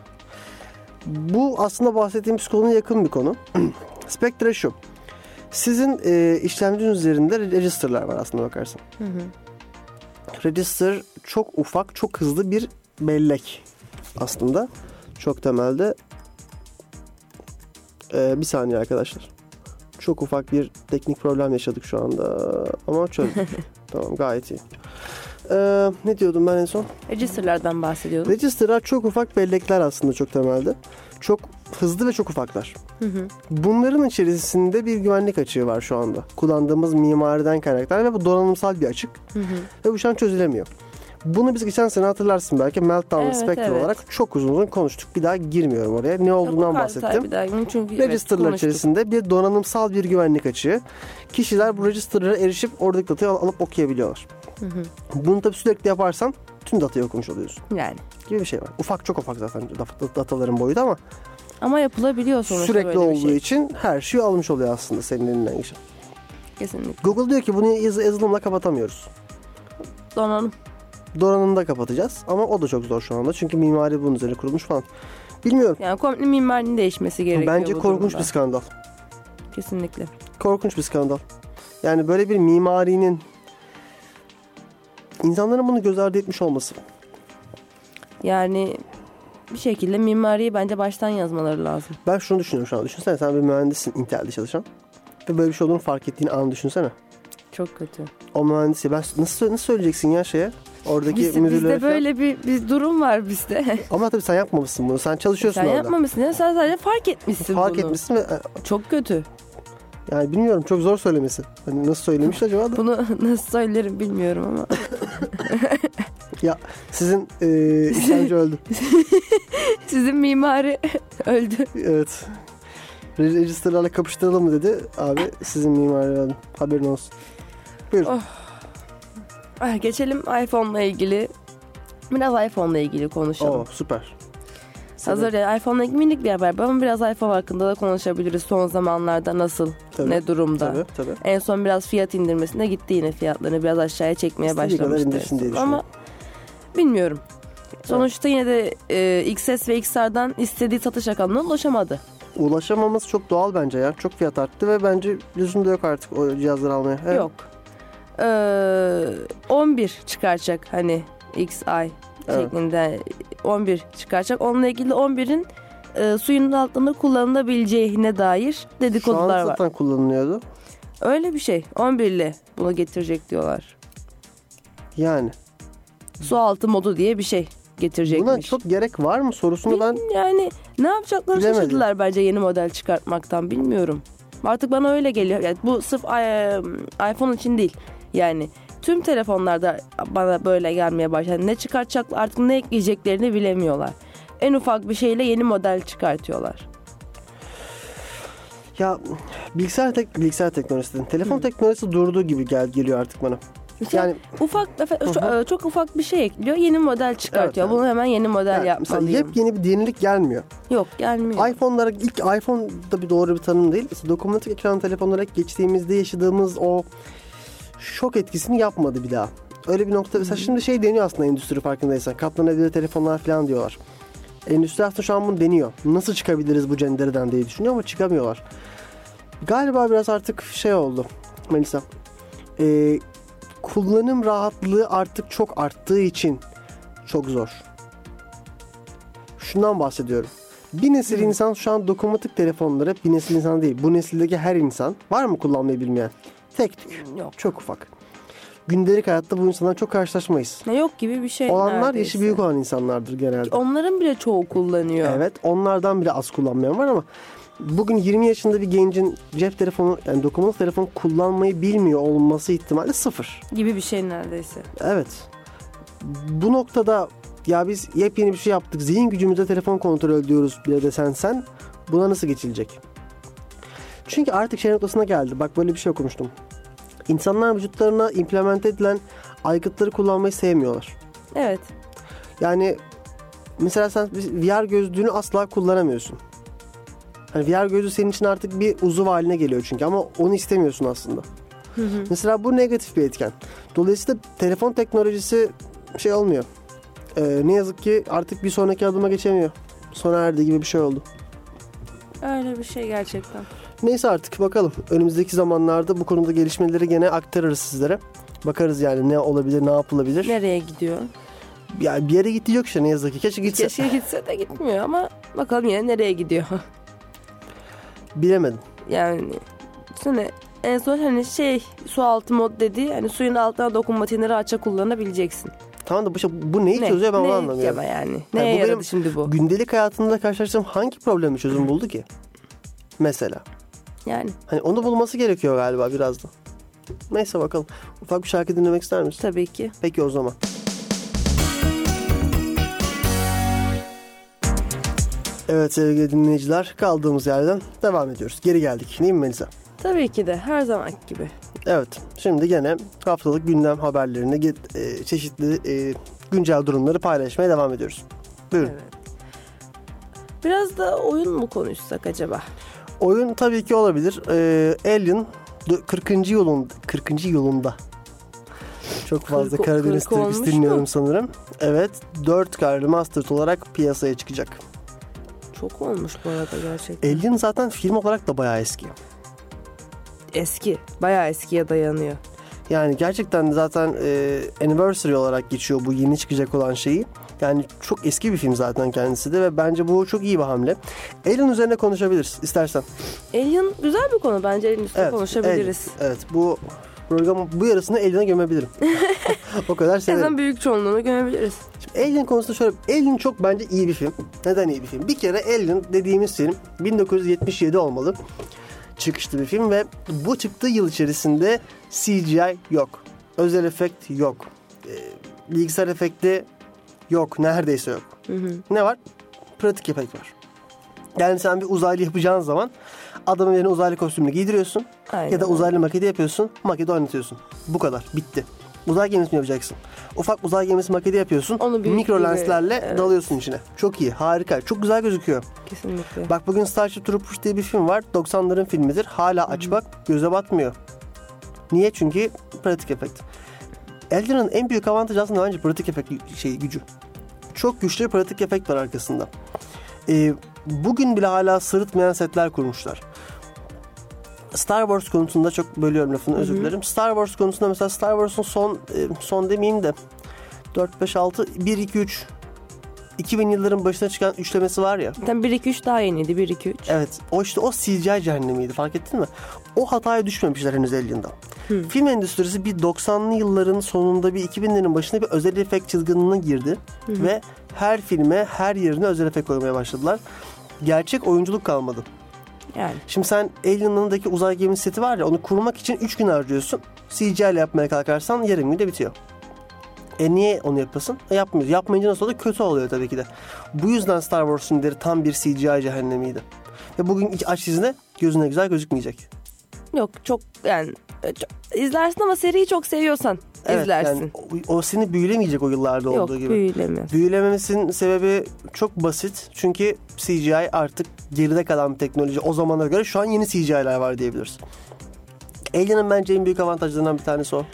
B: Bu aslında bahsettiğimiz konuya yakın bir konu. Spectre şu. Sizin e, işlemcinin üzerinde register'lar var aslında bakarsan. Hı hı. Register çok ufak, çok hızlı bir bellek aslında. Çok temelde. Ee, bir saniye arkadaşlar. Çok ufak bir teknik problem yaşadık şu anda ama çözdük. Tamam, gayet iyi. Ee, ne diyordum ben en son?
C: Register'lardan bahsediyordum.
B: Register'lar çok ufak bellekler aslında çok temelde. Çok hızlı ve çok ufaklar. Hı hı. Bunların içerisinde bir güvenlik açığı var şu anda. Kullandığımız mimariden kaynaklı ve bu donanımsal bir açık. Hı hı. Ve bu şu an çözülemiyor. Bunu biz geçen sene hatırlarsın belki Meltdown evet, Spectre evet. olarak çok uzun uzun konuştuk. Bir daha girmiyorum oraya. Ne olduğundan bahsettim. Çünkü Register'lar evet, içerisinde bir donanımsal bir güvenlik açığı. Kişiler bu register'lara erişip oradaki datayı alıp okuyabiliyorlar. Hı hı. Bunu tabii sürekli yaparsan tüm datayı okumuş oluyorsun.
C: Yani.
B: Gibi bir şey var. Ufak çok ufak zaten dataların boyutu ama
C: ama yapılabiliyor sonuçta
B: sürekli
C: böyle
B: olduğu
C: bir şey.
B: için her şeyi almış oluyor aslında senin elinden geçen.
C: Kesinlikle.
B: Google diyor ki bunu yaz- yazılımla kapatamıyoruz.
C: Donanım.
B: Donanımda kapatacağız ama o da çok zor şu anda. Çünkü mimari bunun üzerine kurulmuş falan. Bilmiyorum.
C: Yani komple mimarinin değişmesi gerekiyor.
B: Bence korkunç durumda. Bir skandal.
C: Kesinlikle.
B: Korkunç bir skandal. Yani böyle bir mimarinin insanların bunu göz ardı etmiş olması.
C: Yani bir şekilde mimariyi bence baştan yazmaları lazım.
B: Ben şunu düşünüyorum şu an. Düşünsene sen bir mühendissin Intel'de çalışan. Ve böyle bir şey olduğunu fark ettiğini anı düşünsene.
C: Çok kötü.
B: O mühendisi ben nasıl nasıl söyleyeceksin ya şeye? Oradaki
C: Biz,
B: müdürlere
C: bizde böyle bir, bir durum var bizde.
B: Ama tabii sen yapmamışsın bunu. Sen çalışıyorsun
C: sen
B: orada.
C: Sen yapmamışsın ya. Sen sadece fark etmişsin
B: fark
C: bunu.
B: Fark etmişsin ve...
C: Çok kötü.
B: Yani bilmiyorum. Çok zor söylemesi. Hani nasıl söylemiş acaba da?
C: Bunu nasıl söylerim bilmiyorum ama.
B: Ya sizin e, işlemci öldü.
C: Sizin mimari öldü.
B: Evet. Register'larla kapıştıralım mı dedi. Abi sizin mimari öldü. Haberin olsun. Buyurun. Oh.
C: Ah, geçelim iPhone'la ilgili. Biraz iPhone'la ilgili konuşalım.
B: Oo, süper.
C: Hazır ya iPhone'la ilgili minik bir haber. Ama biraz iPhone hakkında da konuşabiliriz. Son zamanlarda nasıl, tabii, ne durumda.
B: Tabii, tabii.
C: En son biraz fiyat indirmesine gitti yine fiyatlarını biraz aşağıya çekmeye başlamıştı. Ama bilmiyorum. Sonuçta evet. Yine de e, X S ve X R'dan istediği satış rakamına ulaşamadı.
B: Ulaşamaması çok doğal bence ya. Çok fiyat arttı ve bence lüzum da yok artık o cihazları almaya. Evet.
C: Yok. Ee, on bir çıkaracak hani X I evet. şeklinde on bir çıkaracak. Onunla ilgili on birin e, suyun altında kullanılabileceğine dair dedikodular var. Şu an
B: zaten
C: var.
B: Kullanılıyordu.
C: Öyle bir şey. on bir ile bunu getirecek diyorlar.
B: Yani.
C: Su altı modu diye bir şey getirecekmiş.
B: Buna çok gerek var mı sorusunu ben...
C: Yani ne yapacaklarını
B: bilemedim.
C: Şaşırdılar bence yeni model çıkartmaktan, bilmiyorum. Artık bana öyle geliyor. Yani bu sırf iPhone için değil. Yani tüm telefonlarda bana böyle gelmeye başladı. Ne çıkartacaklar artık, ne ekleyeceklerini bilemiyorlar. En ufak bir şeyle yeni model çıkartıyorlar.
B: Ya bilgisayar tek bilgisayar teknolojisi, telefon Hı. teknolojisi durduğu gibi gel geliyor artık bana.
C: İşte yani ufak çok, çok ufak bir şey ekliyor, yeni model çıkartıyor. Evet, Bunu evet. hemen yeni model yani yapmalıyım.
B: Yepyeni bir yenilik gelmiyor.
C: Yok, gelmiyor.
B: iPhone'lara ilk iPhone'da bir doğru bir tanım değil. Mesela dokunmatik ekran telefonlara geçtiğimizde yaşadığımız o şok etkisini yapmadı bir daha. öyle bir nokta. Mesela şimdi şey deniyor aslında endüstri, farkındaysan. Katlanabilir telefonlar falan diyorlar. Endüstri aslında şu an bunu deniyor. Nasıl çıkabiliriz bu cendereden diye düşünüyor ama çıkamıyorlar. Galiba biraz artık şey oldu Melisa. Ee, kullanım rahatlığı artık çok arttığı için çok zor. Şundan bahsediyorum. Bir nesil hmm. insan şu an dokunmatik telefonları, bir nesil insan değil, bu nesildeki her insan var mı kullanmayı bilmeyen? Tek tük. Yok. Çok ufak. Gündelik hayatta bu insanlarla çok karşılaşmayız.
C: Ne yok gibi bir şey.
B: Olanlar
C: neredeyse.
B: yaşı büyük olan insanlardır genelde.
C: Onların bile çoğu kullanıyor.
B: Evet, onlardan bile az kullanmayan var ama bugün yirmi yaşında bir gencin cep telefonu, yani dokunmatik telefon kullanmayı bilmiyor olması ihtimali sıfır.
C: Gibi bir şey neredeyse.
B: Evet. Bu noktada ya biz yepyeni bir şey yaptık, zihin gücümüzle telefon kontrol ediyoruz bile desen sen, buna nasıl geçilecek? Çünkü artık şey noktasına geldi. Bak böyle bir şey okumuştum. İnsanlar vücutlarına implemente edilen aygıtları kullanmayı sevmiyorlar.
C: Evet.
B: Yani mesela sen V R gözlüğünü asla kullanamıyorsun. Hani V R gözlüğü senin için artık bir uzuv haline geliyor çünkü, ama onu istemiyorsun aslında. Hı hı. Mesela bu negatif bir etken. Dolayısıyla telefon teknolojisi şey olmuyor. Ee, ne yazık ki artık bir sonraki adıma geçemiyor. Sona erdi gibi bir şey oldu.
C: Öyle bir şey gerçekten.
B: Neyse artık bakalım. Önümüzdeki zamanlarda bu konuda gelişmeleri gene aktarırız sizlere. Bakarız yani ne olabilir, ne yapılabilir.
C: Nereye gidiyor?
B: Yani bir yere gitti yok işte ne yazık ki. Keşke gitse.
C: Keşke gitse de gitmiyor ama bakalım yine nereye gidiyor.
B: Bilemedim.
C: Yani sonra en son hani şey su altı mod dedi. Hani suyun altına dokunmatiğini rahatça kullanabileceksin. Tamam da bu, şey, bu neyi ne? çözüyor ben ne
B: onu anlamıyorum.
C: Yani? Neye yani yaradı şimdi bu?
B: Gündelik hayatımda karşılaştığım hangi problemi çözüm buldu ki? Mesela.
C: Yani.
B: Hani onu bulması gerekiyor galiba biraz da. Neyse bakalım. Ufak bir şarkı dinlemek ister misin?
C: Tabii ki.
B: Peki o zaman. Evet sevgili dinleyiciler, kaldığımız yerden devam ediyoruz. Geri geldik değil mi Melisa?
C: Tabii ki de her zaman gibi.
B: Evet, şimdi gene haftalık gündem haberlerini, e, çeşitli e, güncel durumları paylaşmaya devam ediyoruz. Buyurun. Evet.
C: Biraz da oyun mu konuşsak acaba?
B: Oyun tabii ki olabilir. Ee, Alien kırkıncı yolun kırkıncı yolunda. Çok fazla kırk, Karadeniz türküsü dinliyorum mu? sanırım. Evet, dört K Remastered olarak piyasaya çıkacak.
C: Çok olmuş bu arada gerçekten.
B: Alien zaten film olarak da bayağı eski.
C: Eski, bayağı eskiye dayanıyor.
B: Yani gerçekten zaten e, anniversary olarak geçiyor bu yeni çıkacak olan şeyi. Yani çok eski bir film zaten kendisi de ve bence bu çok iyi bir hamle. Alien üzerine konuşabiliriz istersen.
C: Alien güzel bir konu, bence Alien üstüne evet, konuşabiliriz.
B: Alien. Evet, bu programın bu yarısını Alien'a gömebilirim. O kadar severim.
C: Neden büyük çoğunluğunu gömebiliriz.
B: Şimdi Alien konusunda şöyle, Alien çok bence iyi bir film. Neden iyi bir film? Bir kere Alien dediğimiz film bin dokuz yüz yetmiş yedi olmalı. Çıkışlı bir film ve bu çıktığı yıl içerisinde C G I yok. Özel efekt yok. Ee, bilgisayar efekti yok. Neredeyse yok. Hı hı. Ne var? Pratik efekt var. Yani sen bir uzaylı yapacağın zaman adamın yerine uzaylı kostümünü giydiriyorsun. Aynen. Ya da uzaylı maketi yapıyorsun. Maketi oynatıyorsun. Bu kadar. Bitti. Uzay gemisi mi yapacaksın? Ufak uzay gemisi maketi yapıyorsun. Mikro lenslerle evet. dalıyorsun içine. Çok iyi. Harika. Çok güzel gözüküyor.
C: Kesinlikle.
B: Bak bugün Starship Troopers diye bir film var. doksanların filmidir. Hala aç bak. Göze batmıyor. Niye? Çünkü pratik efekt. Alien'ın en büyük avantajı aslında bence pratik efekt şey, gücü. Çok güçlü pratik efekt var arkasında. Ee, bugün bile hala sırıtmayan setler kurmuşlar. Star Wars konusunda çok bölüyorum lafını, özür dilerim. Star Wars konusunda mesela Star Wars'un son son demeyeyim de dört beş altı bir iki üç iki bin yılların başına çıkan üçlemesi var ya.
C: Tam bir iki üç daha yeniydi. bir iki üç.
B: Evet. O işte o C G I cehennemiydi. Fark ettin mi? O hataya düşmemişler henüz Alien'dan. Hmm. Film endüstrisi bir doksanlı yılların sonunda bir iki binlerin başında bir özel efekt çılgınlığına girdi. Hmm. Ve her filme, her yerine özel efekt koymaya başladılar. Gerçek oyunculuk kalmadı.
C: Yani.
B: Şimdi sen Alien'daki uzay gemisi seti var ya, onu kurmak için üç gün harcıyorsun. C G I ile yapmaya kalkarsan yarım günde bitiyor. E niye onu yapasın? E yapmıyoruz. Yapmayınca nasıl oluyor? Kötü oluyor tabii ki de. Bu yüzden Star Wars'un deri tam bir C G I cehennemiydi. Ve bugün aç izine gözüne güzel gözükmeyecek.
C: Yok çok yani çok, izlersin ama seriyi çok seviyorsan evet, izlersin. Yani
B: o, o seni büyülemeyecek o yıllarda
C: Yok,
B: olduğu gibi.
C: Yok büyülemez.
B: Büyülememesinin sebebi çok basit. Çünkü C G I artık geride kalan bir teknoloji. O zamana göre şu an yeni C G I'ler var diyebiliriz. Alien'ın bence en büyük avantajlarından bir tanesi o.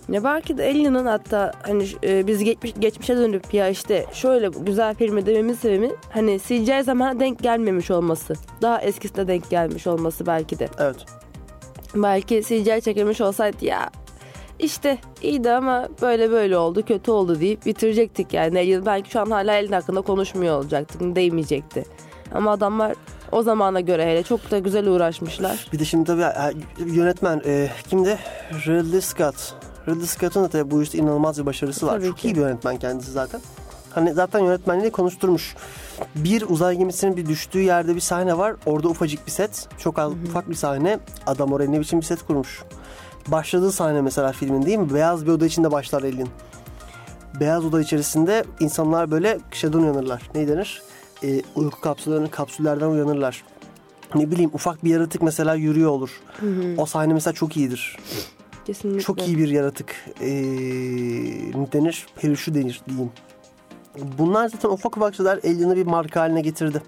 C: Ya belki de Alien'ın hatta hani e, biz geçmiş, geçmişe dönüp ya işte şöyle güzel filmi dememin sebebi hani C G I zamana denk gelmemiş olması. Daha eskisine denk gelmiş olması belki de.
B: Evet.
C: Belki C G I çekilmiş olsaydı ya işte iyiydi ama böyle böyle oldu, kötü oldu deyip bitirecektik yani. Alien belki şu an hala Alien hakkında konuşmuyor olacaktık, değmeyecekti. Ama adamlar o zamana göre hele çok da güzel uğraşmışlar.
B: Bir de şimdi tabii yönetmen e, kimdi? Ridley Scott. Ridley Scott'un da tabii bu işte inanılmaz bir başarısı var.
C: Tabii
B: Çok
C: ki.
B: iyi bir yönetmen kendisi zaten. Hani zaten yönetmenliği konuşturmuş. Bir uzay gemisinin bir düştüğü yerde bir sahne var. Orada ufacık bir set. Çok az, ufak bir sahne. Adam oraya ne biçim bir set kurmuş. Başladığı sahne mesela filmin değil mi? Beyaz bir oda içinde başlar Alien. Beyaz oda içerisinde insanlar böyle şeyden uyanırlar. Ne denir? E, uyku kapsüllerinin kapsüllerden uyanırlar. Ne bileyim ufak bir yaratık mesela yürüyor olur. Hı hı. O sahne mesela çok iyidir.
C: Kesinlikle.
B: Çok iyi bir yaratık. Ee, ne denir? Perişu denir diyeyim. Bunlar zaten ufak ufak şeyler Alien'ı bir marka haline getirdi.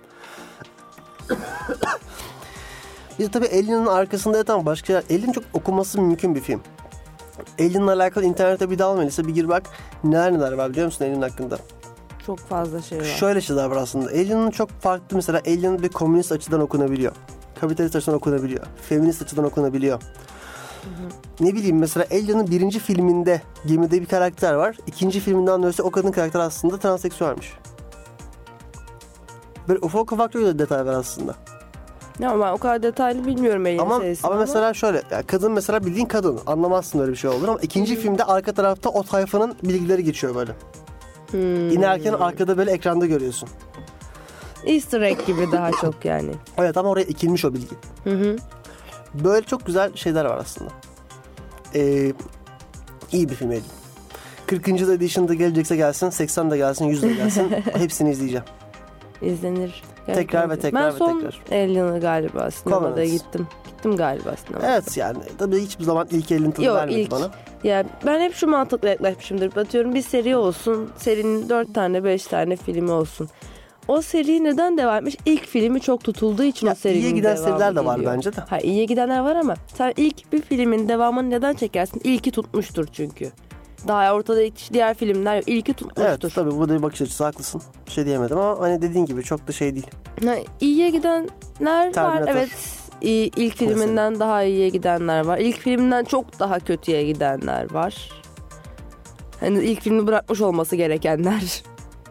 B: Bir de tabii Alien'ın arkasında yatan başka şeyler. Alien çok okunması mümkün bir film. Alien'la alakalı internete bir dalmalıysa bir gir bak. Neler neler var biliyor musun Alien hakkında?
C: Çok fazla şey var.
B: Şöyle şeyler var aslında. Alien'ın çok farklı mesela Alien bir komünist açıdan okunabiliyor. Kapitalist açıdan okunabiliyor. Feminist açıdan okunabiliyor. Hı hı. Ne bileyim mesela Alien'ın birinci filminde gemide bir karakter var. İkinci filminden dönse o kadın karakter aslında transseksüelmiş. Böyle ufak ufak öyle detay var aslında.
C: Ya ama o kadar detaylı bilmiyorum Alien
B: ama,
C: serisini.
B: Ama mesela şöyle yani kadın mesela bildiğin kadın anlamazsın öyle bir şey olur ama ikinci hmm. filmde arka tarafta o tayfanın bilgileri geçiyor böyle. Hmm. İnerken arkada böyle ekranda görüyorsun.
C: Easter egg gibi daha çok yani.
B: Evet ama oraya ekilmiş o bilgi. Hı hı. Böyle çok güzel şeyler var aslında. Ee, iyi bir film Alien. kırkıncı da edition'da gelecekse gelsin, seksen de gelsin, yüz de gelsin. Hepsini izleyeceğim.
C: İzlenir.
B: Tekrar ve tekrar
C: ben
B: ve tekrar.
C: Ben son Alien'ı galiba sinemada gittim. Gittim galiba sinemada.
B: Evet yani tabii hiçbir zaman ilk Alien tadı
C: Yok,
B: vermedi
C: ilk,
B: bana.
C: Ya ben hep şu mantıkla yaklaşmışımdır. Atıyorum bir seri olsun. Serinin dört tane beş tane filmi olsun. O seri neden devam etmiş? İlk filmi çok tutulduğu için ya, o serinin
B: iyiye giden seriler de var
C: geliyor.
B: bence de.
C: Ha, iyiye gidenler var ama sen ilk bir filmin devamını neden çekersin? İlki tutmuştur çünkü. Daha ortada diğer filmler yok. İlki tutmuştur.
B: Evet tabii bu da bir bakış açısı, haklısın. Bir şey diyemedim ama hani dediğin gibi çok da şey değil.
C: Ha, iyiye gidenler
B: Terminator.
C: var. Evet. İyi, ilk filminden mesela daha iyiye gidenler var. İlk filminden çok daha kötüye gidenler var. Hani ilk filmi bırakmış olması gerekenler.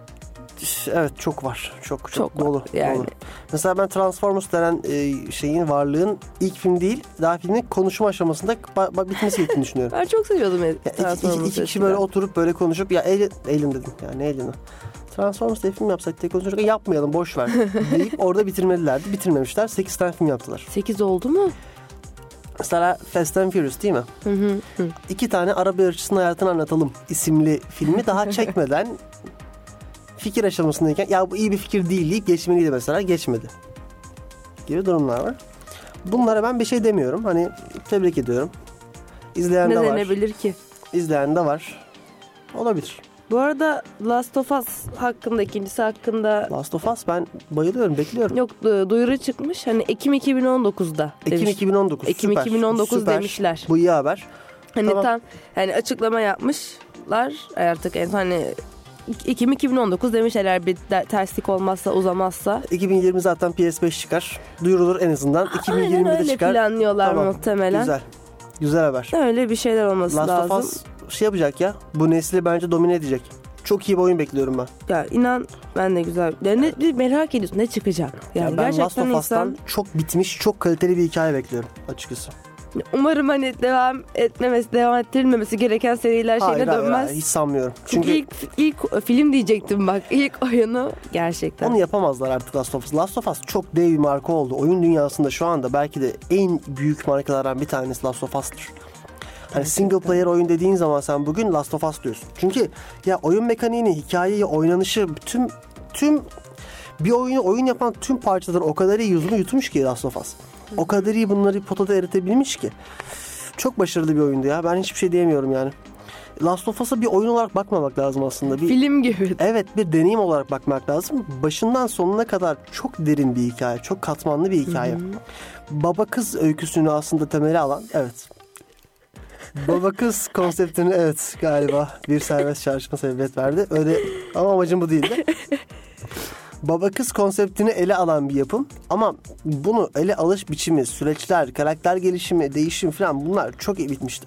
B: Evet çok var. Çok çok,
C: çok
B: dolu.
C: Var, yani.
B: Dolu. Mesela ben Transformers denen e, şeyin varlığın ilk film değil daha filmin konuşma aşamasında ba- bitmesi gerektiğini düşünüyorum.
C: Ben çok seviyordum
B: Transformers. İki, iki, iki kişi böyle oturup böyle konuşup ya Alien, Alien dedim ya ne Alien'ı. Transformers diye film yapsak tek konuşurken yapmayalım boş ver deyip orada bitirmedilerdi. Bitirmemişler. sekiz tane film yaptılar.
C: sekiz oldu mu?
B: Mesela Fast and Furious değil mi?
C: Hı hı hı.
B: İki tane araba yarışçısının hayatını anlatalım isimli filmi daha çekmeden fikir aşamasındayken ya bu iyi bir fikir değil deyip geçmeliydi mesela. Geçmedi. Gibi durumlar var. Bunlara ben bir şey demiyorum. Hani tebrik ediyorum. İzleyen
C: ne
B: de var.
C: Ne denebilir ki?
B: İzleyen de var. Olabilir.
C: Bu arada Last of Us hakkında, ikincisi hakkında...
B: Last of Us ben bayılıyorum, bekliyorum.
C: Yok duyuru çıkmış. Hani Ekim iki bin on dokuzda demiş.
B: Ekim iki bin on dokuz
C: Ekim
B: süper.
C: iki bin on dokuz
B: süper.
C: demişler.
B: Bu iyi haber.
C: Hani
B: tamam.
C: tam hani açıklama yapmışlar. Artık en son hani Ekim iki bin on dokuz demişler bir terslik olmazsa uzamazsa.
B: iki bin yirmi zaten P S beş çıkar. Duyurulur en azından. iki bin yirmide
C: Aynen öyle
B: çıkar.
C: planlıyorlar
B: tamam.
C: muhtemelen.
B: Güzel. Güzel haber.
C: Öyle bir şeyler olması
B: Last
C: lazım.
B: Last of Us şey yapacak ya. Bu nesli bence domine edecek. Çok iyi bir oyun bekliyorum ben.
C: Ya inan ben de güzel. Yani ne, merak ediyorsun ne çıkacak. Yani
B: ya ben
C: gerçekten
B: Last of Us'tan
C: insan...
B: çok bitmiş, çok kaliteli bir hikaye bekliyorum açıkçası.
C: Umarım hani devam etmemesi, devam ettirilmemesi gereken seriler
B: hayır,
C: şeyine
B: hayır,
C: dönmez.
B: Hayır, hiç sanmıyorum.
C: Çünkü, Çünkü ilk, ilk film diyecektim bak. İlk oyunu gerçekten.
B: Onu yapamazlar artık Last of Us. Last of Us çok dev bir marka oldu. Oyun dünyasında şu anda belki de en büyük markalardan bir tanesi Last of Us'tır. Hani single player oyun dediğin zaman sen bugün Last of Us diyorsun. Çünkü ya oyun mekaniğini, hikayeyi, oynanışı, tüm tüm bir oyunu oyun yapan tüm parçaları o kadar iyi yüzünü yutmuş ki Last of Us. O kadar iyi bunları potada eritebilmiş ki. Çok başarılı bir oyundu ya. Ben hiçbir şey diyemiyorum yani. Last of Us'a bir oyun olarak bakmamak lazım aslında. Bir,
C: film gibi.
B: Evet, bir deneyim olarak bakmak lazım. Başından sonuna kadar çok derin bir hikaye. Çok katmanlı bir hikaye. Hı-hı. Baba kız öyküsünü aslında temeli alan, evet. Baba kız konseptini evet galiba bir serbest çalışma sebebiyet verdi. Öyle ama amacım bu değildi. Baba kız konseptini ele alan bir yapım ama bunu ele alış biçimi, süreçler, karakter gelişimi, değişim falan bunlar çok iyi bitmişti.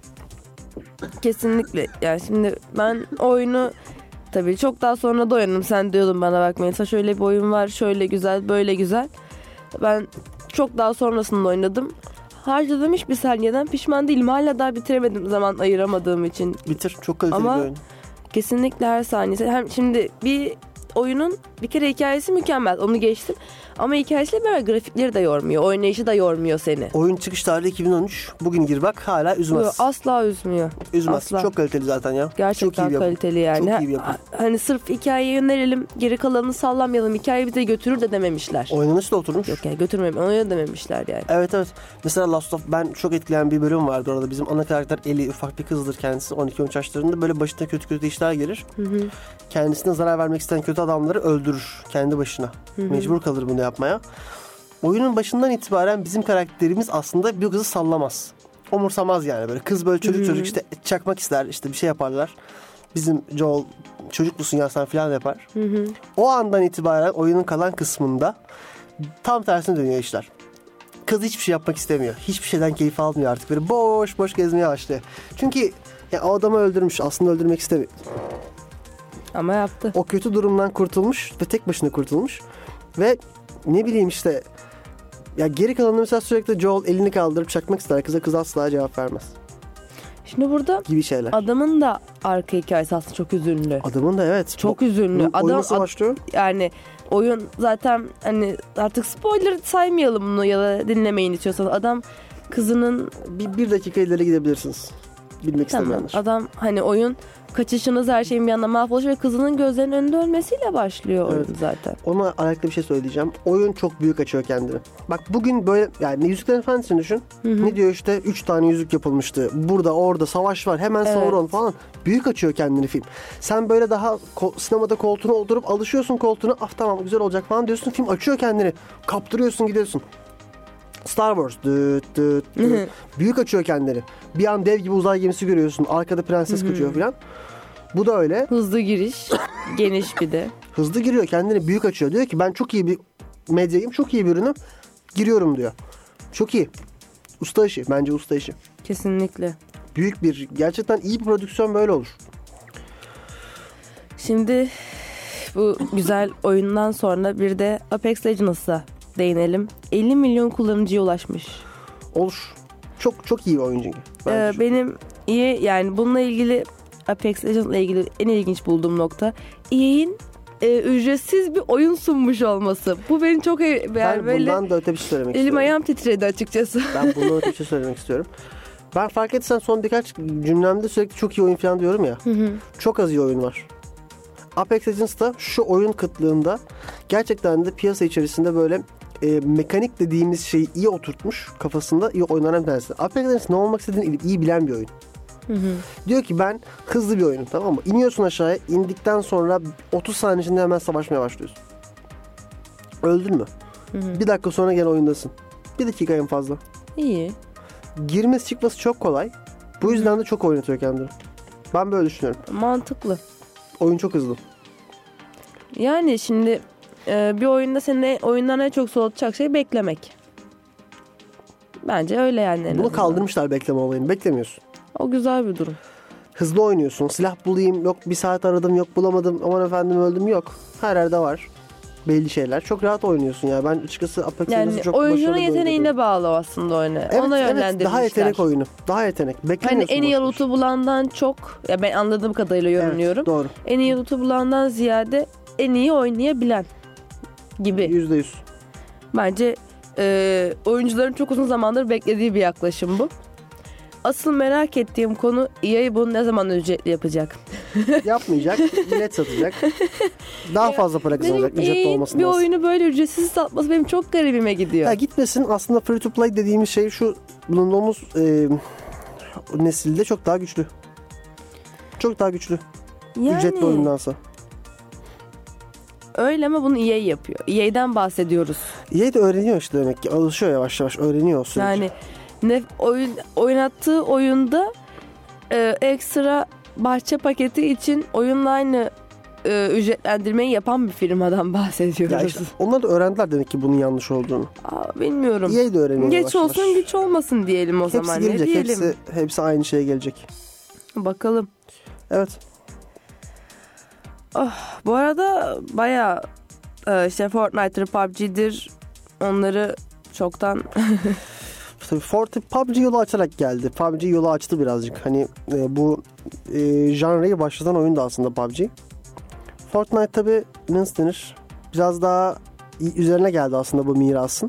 C: Kesinlikle. Yani şimdi ben oyunu tabii çok daha sonra da oynadım. Sen diyordun bana bak Melisa şöyle bir oyun var, şöyle güzel, böyle güzel. Ben çok daha sonrasında oynadım. Harcadığım hiçbir saniyeden pişman değilim. Hala daha bitiremedim zaman ayıramadığım için.
B: Bitir. Çok kaliteli
C: Ama
B: bir oyun.
C: kesinlikle her saniyesi. Hem şimdi bir oyunun bir kere hikayesi mükemmel. Onu geçtim. Ama hikayesiyle beraber grafikleri de yormuyor. Oynayışı da yormuyor seni.
B: Oyun çıkış tarihi iki bin on üç. Bugün gir bak hala üzmez.
C: Yok, asla üzmüyor.
B: Üzmez.
C: Asla.
B: Çok kaliteli zaten ya.
C: Gerçekten
B: çok iyi
C: kaliteli yani.
B: Çok iyi bir yapım.
C: Hani sırf hikayeye yönelelim, geri kalanını sallamayalım. Hikaye bize götürür de dememişler.
B: Oynanışı da oturmuş.
C: Yok yani götürmeyeyim. Onu da dememişler yani.
B: Evet evet. Mesela Last of ben çok etkileyen bir bölüm vardı orada. Bizim ana karakter Ellie ufak bir kızdır kendisi. on iki on üç yaşlarında böyle başına kötü kötü işler gelir.
C: Hı hı.
B: Kendisine zarar vermek isteyen kötü adamları öldürür kendi başına.
C: Hı hı.
B: Mecbur kalır bunu yapmaya. Oyunun başından itibaren bizim karakterimiz aslında bir kızı sallamaz. Umursamaz yani böyle. Kız böyle çocuk
C: Hı hı.
B: çocuk işte çakmak ister işte bir şey yaparlar. Bizim Joel çocuk musun ya sen falan yapar.
C: Hı hı.
B: O andan itibaren oyunun kalan kısmında tam tersine dönüyor işler. Kız hiçbir şey yapmak istemiyor. Hiçbir şeyden keyif almıyor artık. Böyle boş boş gezmeye başlıyor. Çünkü ya, o adamı öldürmüş. Aslında öldürmek istemiyor.
C: Ama yaptı.
B: O kötü durumdan kurtulmuş ve tek başına kurtulmuş. Ve ne bileyim işte ya geri kalanında mesela sürekli Joel elini kaldırıp çakmak ister. Kıza kız asla cevap vermez.
C: Şimdi burada
B: Gibi şeyler.
C: adamın da arka hikayesi aslında çok üzünlü.
B: Adamın da evet.
C: Çok üzünlü.
B: Oyun
C: Adam
B: nasıl
C: ad-
B: başlıyor?
C: yani oyun zaten hani artık spoiler saymayalım bunu ya da dinlemeyin istiyorsanız. Adam kızının
B: Bir, bir dakika ileri gidebilirsiniz. Bilmek
C: tamam
B: istemeyenler.
C: adam hani oyun kaçışınız her şeyin bir anda mahvolmuş ve kızının gözlerinin önünde ölmesiyle başlıyor oyun
B: Evet.
C: zaten.
B: Ona alakalı bir şey söyleyeceğim. Oyun çok büyük açıyor kendini. Bak bugün böyle yani Yüzüklerin Efendisi'ni düşün.
C: Hı hı.
B: Ne diyor işte üç tane yüzük yapılmıştı. Burada orada savaş var. Hemen
C: Evet.
B: Sauron falan. Büyük açıyor kendini film. Sen böyle daha ko- sinemada koltuğuna oturup alışıyorsun koltuğuna. Ah tamam güzel olacak falan diyorsun. Film açıyor kendini. Kaptırıyorsun gidiyorsun. Star Wars. Düt, düt, düt. Büyük açıyor kendini. Bir an dev gibi uzay gemisi görüyorsun. Arkada prenses kaçıyor falan. Bu da öyle.
C: Hızlı giriş, geniş bir de.
B: Hızlı giriyor kendini büyük açıyor. Diyor ki ben çok iyi bir medyayım, çok iyi bir ürünüm. Giriyorum diyor. Çok iyi. Usta işi. Bence usta işi.
C: Kesinlikle.
B: Büyük bir, gerçekten iyi bir prodüksiyon böyle olur.
C: Şimdi bu güzel oyundan sonra bir de Apex Legends'a değinelim. elli milyon kullanıcıya ulaşmış.
B: Olur. Çok çok iyi bir oyun çünkü.
C: Ee, benim iyi yani bununla ilgili Apex Legends'la ilgili en ilginç bulduğum nokta E A'in e, ücretsiz bir oyun sunmuş olması. Bu beni çok yani
B: ben
C: böyle
B: bundan da öte bir şey söylemek
C: elim
B: istiyorum.
C: ayağım titredi açıkçası.
B: Ben bundan öte bir şey söylemek istiyorum. Ben fark etsen son birkaç cümlemde sürekli çok iyi oyun falan diyorum ya. Çok az iyi oyun var. Apex Legends'ta şu oyun kıtlığında gerçekten de piyasa içerisinde böyle e, mekanik dediğimiz şeyi iyi oturtmuş kafasında iyi oynanan bir tanesi. Apex Legends ne olmak istediğini iyi bilen bir oyun.
C: Hı hı.
B: Diyor ki ben hızlı bir oyunum, tamam mı? İniyorsun aşağıya, indikten sonra otuz saniye içinde hemen savaşmaya başlıyorsun. Öldün mü?
C: Hı hı.
B: Bir dakika sonra gene oyundasın. Bir dakika en fazla.
C: İyi.
B: Girmesi çıkması çok kolay. Bu yüzden de çok oynatıyor kendini. Ben böyle düşünüyorum.
C: Mantıklı.
B: Oyun çok hızlı.
C: Yani şimdi e, bir oyunda seni oyundan en çok soğutacak şey beklemek. Bence öyle yani. en
B: Bunu
C: azından.
B: kaldırmışlar bekleme olayını. Beklemiyorsun.
C: O güzel bir durum.
B: Hızlı oynuyorsun. Silah bulayım. Yok bir saat aradım. Yok bulamadım. Aman efendim öldüm. Yok. Her yerde var. Belli şeyler. Çok rahat oynuyorsun ya. Ben açıkçası Apex Legends'ı
C: Yani
B: çok
C: oyuncunun
B: başarılı bir oyun
C: yeteneğine
B: buluyorum.
C: bağlı aslında oyunu.
B: Evet,
C: Ona
B: evet.
C: yönlendirmişler.
B: Daha yetenek oyunu. Daha yetenek.
C: Hani
B: Beklemiyorsun.
C: en iyi
B: boş boş.
C: loot'u bulandan çok, ya ben anladığım kadarıyla yorumluyorum.
B: Evet, doğru.
C: En iyi loot'u bulandan ziyade en iyi oynayabilen gibi.
B: Yüzde yüz.
C: Bence e, oyuncuların çok uzun zamandır beklediği bir yaklaşım bu. Asıl merak ettiğim konu E A bunu ne zaman ücretli yapacak?
B: Yapmayacak. Bilet satacak. Daha fazla para kazanacak.
C: Benim
B: Ücretli
C: E A'in
B: olmasın
C: bir
B: lazım.
C: oyunu böyle ücretsiz satması benim çok garibime gidiyor.
B: Ya gitmesin. Aslında free to play dediğimiz şey şu bulunduğumuz e, nesilde çok daha güçlü. Çok daha güçlü.
C: yani,
B: Ücretli oyundansa.
C: Öyle ama bunu E A yapıyor. E A'den bahsediyoruz.
B: E A de öğreniyor işte demek ki. Alışıyor yavaş yavaş. Öğreniyor sürekli.
C: Yani Ne oyun oynattığı oyunda e, ekstra bahçe paketi için oyunla aynı e, ücretlendirmeyi yapan bir firmadan bahsediyoruz.
B: Ya işte onlar da öğrendiler demek ki bunun yanlış olduğunu.
C: Aa, bilmiyorum.
B: E A de öğreniyor.
C: Geç
B: yavaş
C: olsun
B: yavaş.
C: güç olmasın diyelim o
B: Hepsi
C: zaman.
B: gelecek.
C: Ne diyelim?
B: Hepsi, hepsi aynı şeye gelecek.
C: Bakalım.
B: Evet.
C: Oh, bu arada bayağı e, işte Fortnite'dır, P U B G'dir, onları çoktan
B: Tabii Fortnite P U B G yolu açarak geldi. P U B G yolu açtı birazcık. Hani e, bu e, janrayı başlatan oyun da aslında P U B G. Fortnite tabii nasıl denir? Biraz daha üzerine geldi aslında bu mirasın.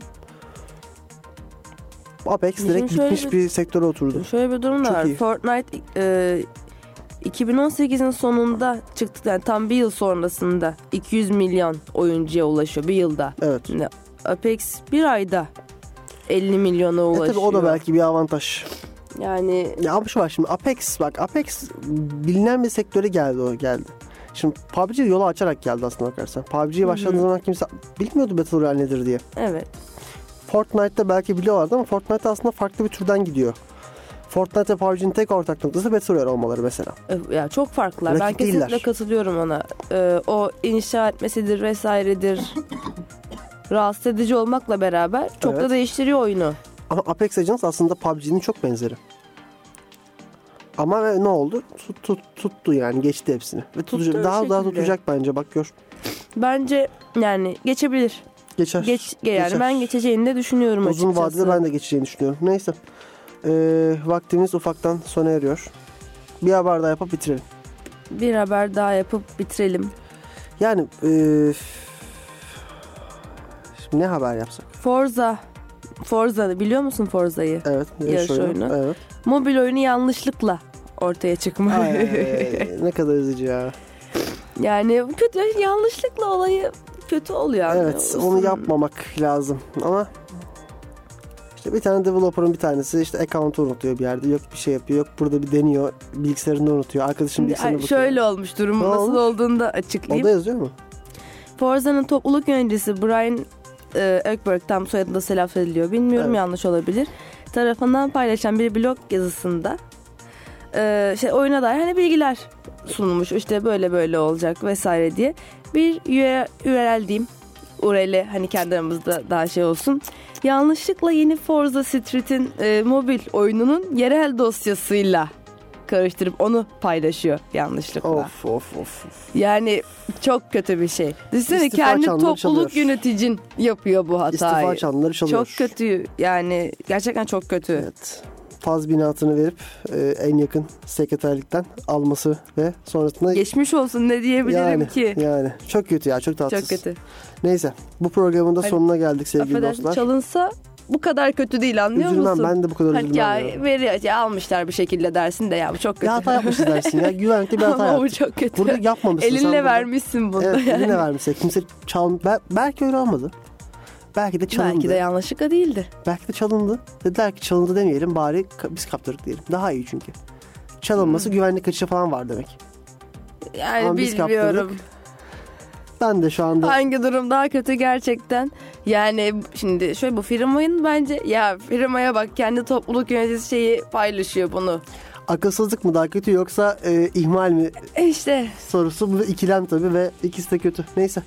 B: Apex
C: Bizim
B: direkt
C: şöyle
B: bitmiş
C: bir-
B: bir sektöre oturdu.
C: şöyle bir durum da
B: Çok
C: var.
B: iyi.
C: Fortnite e, iki bin on sekizin sonunda çıktı, yani tam bir yıl sonrasında iki yüz milyon oyuncuya ulaşıyor bir yılda.
B: Evet.
C: Şimdi Apex bir ayda elli milyona
B: E
C: ulaşıyor.
B: tabii o da belki bir avantaj.
C: Yani
B: Ya ama şu var şimdi Apex bak Apex bilinen bir sektöre geldi o geldi. Şimdi P U B G yolu açarak geldi aslında bakarsan. P U B G'ye başladığı zaman kimse bilmiyordu Battle Royale nedir diye.
C: evet.
B: Fortnite'da belki biliyorlardı ama Fortnite aslında farklı bir türden gidiyor. Fortnite ve P U B G'nin tek ortak noktası Battle Royale olmaları mesela.
C: E, Ya çok farklılar.
B: Rakip
C: Ben kesinlikle
B: değiller.
C: katılıyorum ona. E, o inşa etmesidir vesairedir. Rahatsız edici olmakla beraber çok
B: Evet.
C: da değiştiriyor oyunu.
B: Ama Apex Legends aslında P U B G'nin çok benzeri. Ama ve ne oldu? Tut, tut, tuttu yani geçti hepsini. Ve tutacak,
C: Tuttuğu
B: daha daha
C: şekilde.
B: tutacak bence bak gör.
C: Bence yani geçebilir.
B: Geçer.
C: Geç yani
B: Geçer.
C: ben geçeceğini de düşünüyorum
B: Uzun
C: açıkçası.
B: vadede ben de geçeceğini düşünüyorum. Neyse. Ee, vaktimiz ufaktan sona eriyor. Bir haber daha yapıp bitirelim.
C: Bir haber daha yapıp bitirelim.
B: Yani ee, şimdi ne haber yapsak?
C: Forza. Forza biliyor musun Forza'yı?
B: Evet.
C: Yarış oyunu.
B: Evet.
C: Mobil oyunu yanlışlıkla ortaya çıkmış.
B: Ay, ne kadar üzücü ya.
C: Yani kötü, yanlışlıkla olayı kötü oluyor.
B: Evet, onu yapmamak lazım ama işte bir tane developer'ın bir tanesi işte account'u unutuyor bir yerde, yok bir şey yapıyor, yok burada bir deniyor, bilgisayarında unutuyor, arkadaşım bilgisayarına
C: Ay,
B: bakıyor.
C: şöyle olmuş, durumun
B: Ne
C: nasıl
B: olmuş?
C: olduğunu da
B: O
C: açıklayayım.
B: da yazıyor mu?
C: Forza'nın topluluk yöneticisi Brian e, Ekberg, tam soyadı da telaffuz ediliyor bilmiyorum,
B: Evet.
C: yanlış olabilir, tarafından paylaşan bir blog yazısında e, şey, oyuna dair hani bilgiler sunulmuş, işte böyle böyle olacak vesaire diye bir U R L diyeyim, U R L hani kendi aramızda daha şey olsun, yanlışlıkla yeni Forza Street'in e, mobil oyununun yerel dosyasıyla karıştırıp onu paylaşıyor yanlışlıkla.
B: Of of of.
C: Yani çok kötü bir şey. Düşünsene,
B: İstifa
C: kendi
B: çanları
C: topluluk
B: çalıyor.
C: yöneticin yapıyor bu hatayı.
B: İstifa çanları çalıyor.
C: Çok kötü yani, gerçekten çok kötü.
B: Evet. Tazminatını verip e, en yakın sekreterlikten alması ve sonrasında
C: Geçmiş olsun, ne diyebilirim
B: yani,
C: ki?
B: Yani çok kötü ya, çok tatsız.
C: Çok kötü.
B: Neyse, bu programın da
C: Hani,
B: sonuna geldik sevgili
C: Affedersin,
B: dostlar.
C: çalınsa bu kadar kötü değil, anlıyor
B: Üzülmem,
C: musun?
B: ben de bu kadar
C: Hani
B: üzülmem
C: ya,
B: ya.
C: veri ya almışlar bir şekilde dersin de ya bu çok kötü.
B: Ya hata yapmışsın dersin ya. Güvenlikte bir hata
C: Ama bu
B: yaptın.
C: çok kötü.
B: Burada yapmamışsın. Sen
C: Elinle
B: burada-
C: vermişsin bunu.
B: Evet,
C: yani.
B: eline vermişsin. Kimse çal... Bel- belki öyle olmadı. Belki de çalındı.
C: Belki de yanlışlıkla değildi.
B: Belki de çalındı. Dediler ki çalındı demeyelim, bari ka- biz kaptırdık diyelim. Daha iyi çünkü. Çalınması
C: Hmm.
B: güvenlik kaçışı falan var demek.
C: Yani
B: Ama biz
C: bilmiyorum.
B: kaptırdık. Ben de şu anda...
C: Hangi durum daha kötü gerçekten? Yani şimdi şöyle, bu firmanın bence, ya firmaya bak, kendi topluluk yöneticisi şeyi paylaşıyor bunu.
B: Akılsızlık mı daha kötü yoksa e, ihmal mi
C: E işte
B: sorusu, bu da ikilem tabii ve ikisi de kötü. Neyse.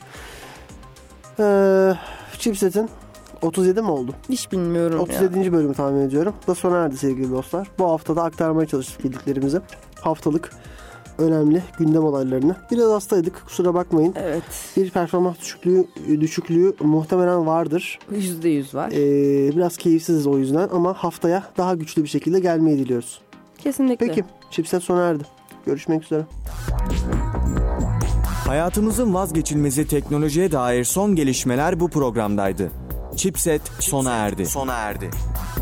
B: Ee, Chipset'in otuz yedi mi oldu?
C: hiç bilmiyorum
B: otuz
C: ya.
B: yedinci bölümü tahmin ediyorum. Da sona erdi sevgili dostlar. Bu haftada aktarmaya çalıştık bildiklerimizi. Haftalık önemli gündem olaylarını. Biraz hastaydık, kusura bakmayın.
C: Evet.
B: Bir performans düşüklüğü, düşüklüğü muhtemelen vardır.
C: Yüzde yüz var.
B: Ee, biraz keyifsiziz o yüzden ama haftaya daha güçlü bir şekilde gelmeyi diliyoruz.
C: Kesinlikle.
B: Peki, Chipset sona erdi. Görüşmek üzere.
A: Hayatımızın vazgeçilmezi teknolojiye dair son gelişmeler bu programdaydı. Chipset sona erdi. Sona erdi.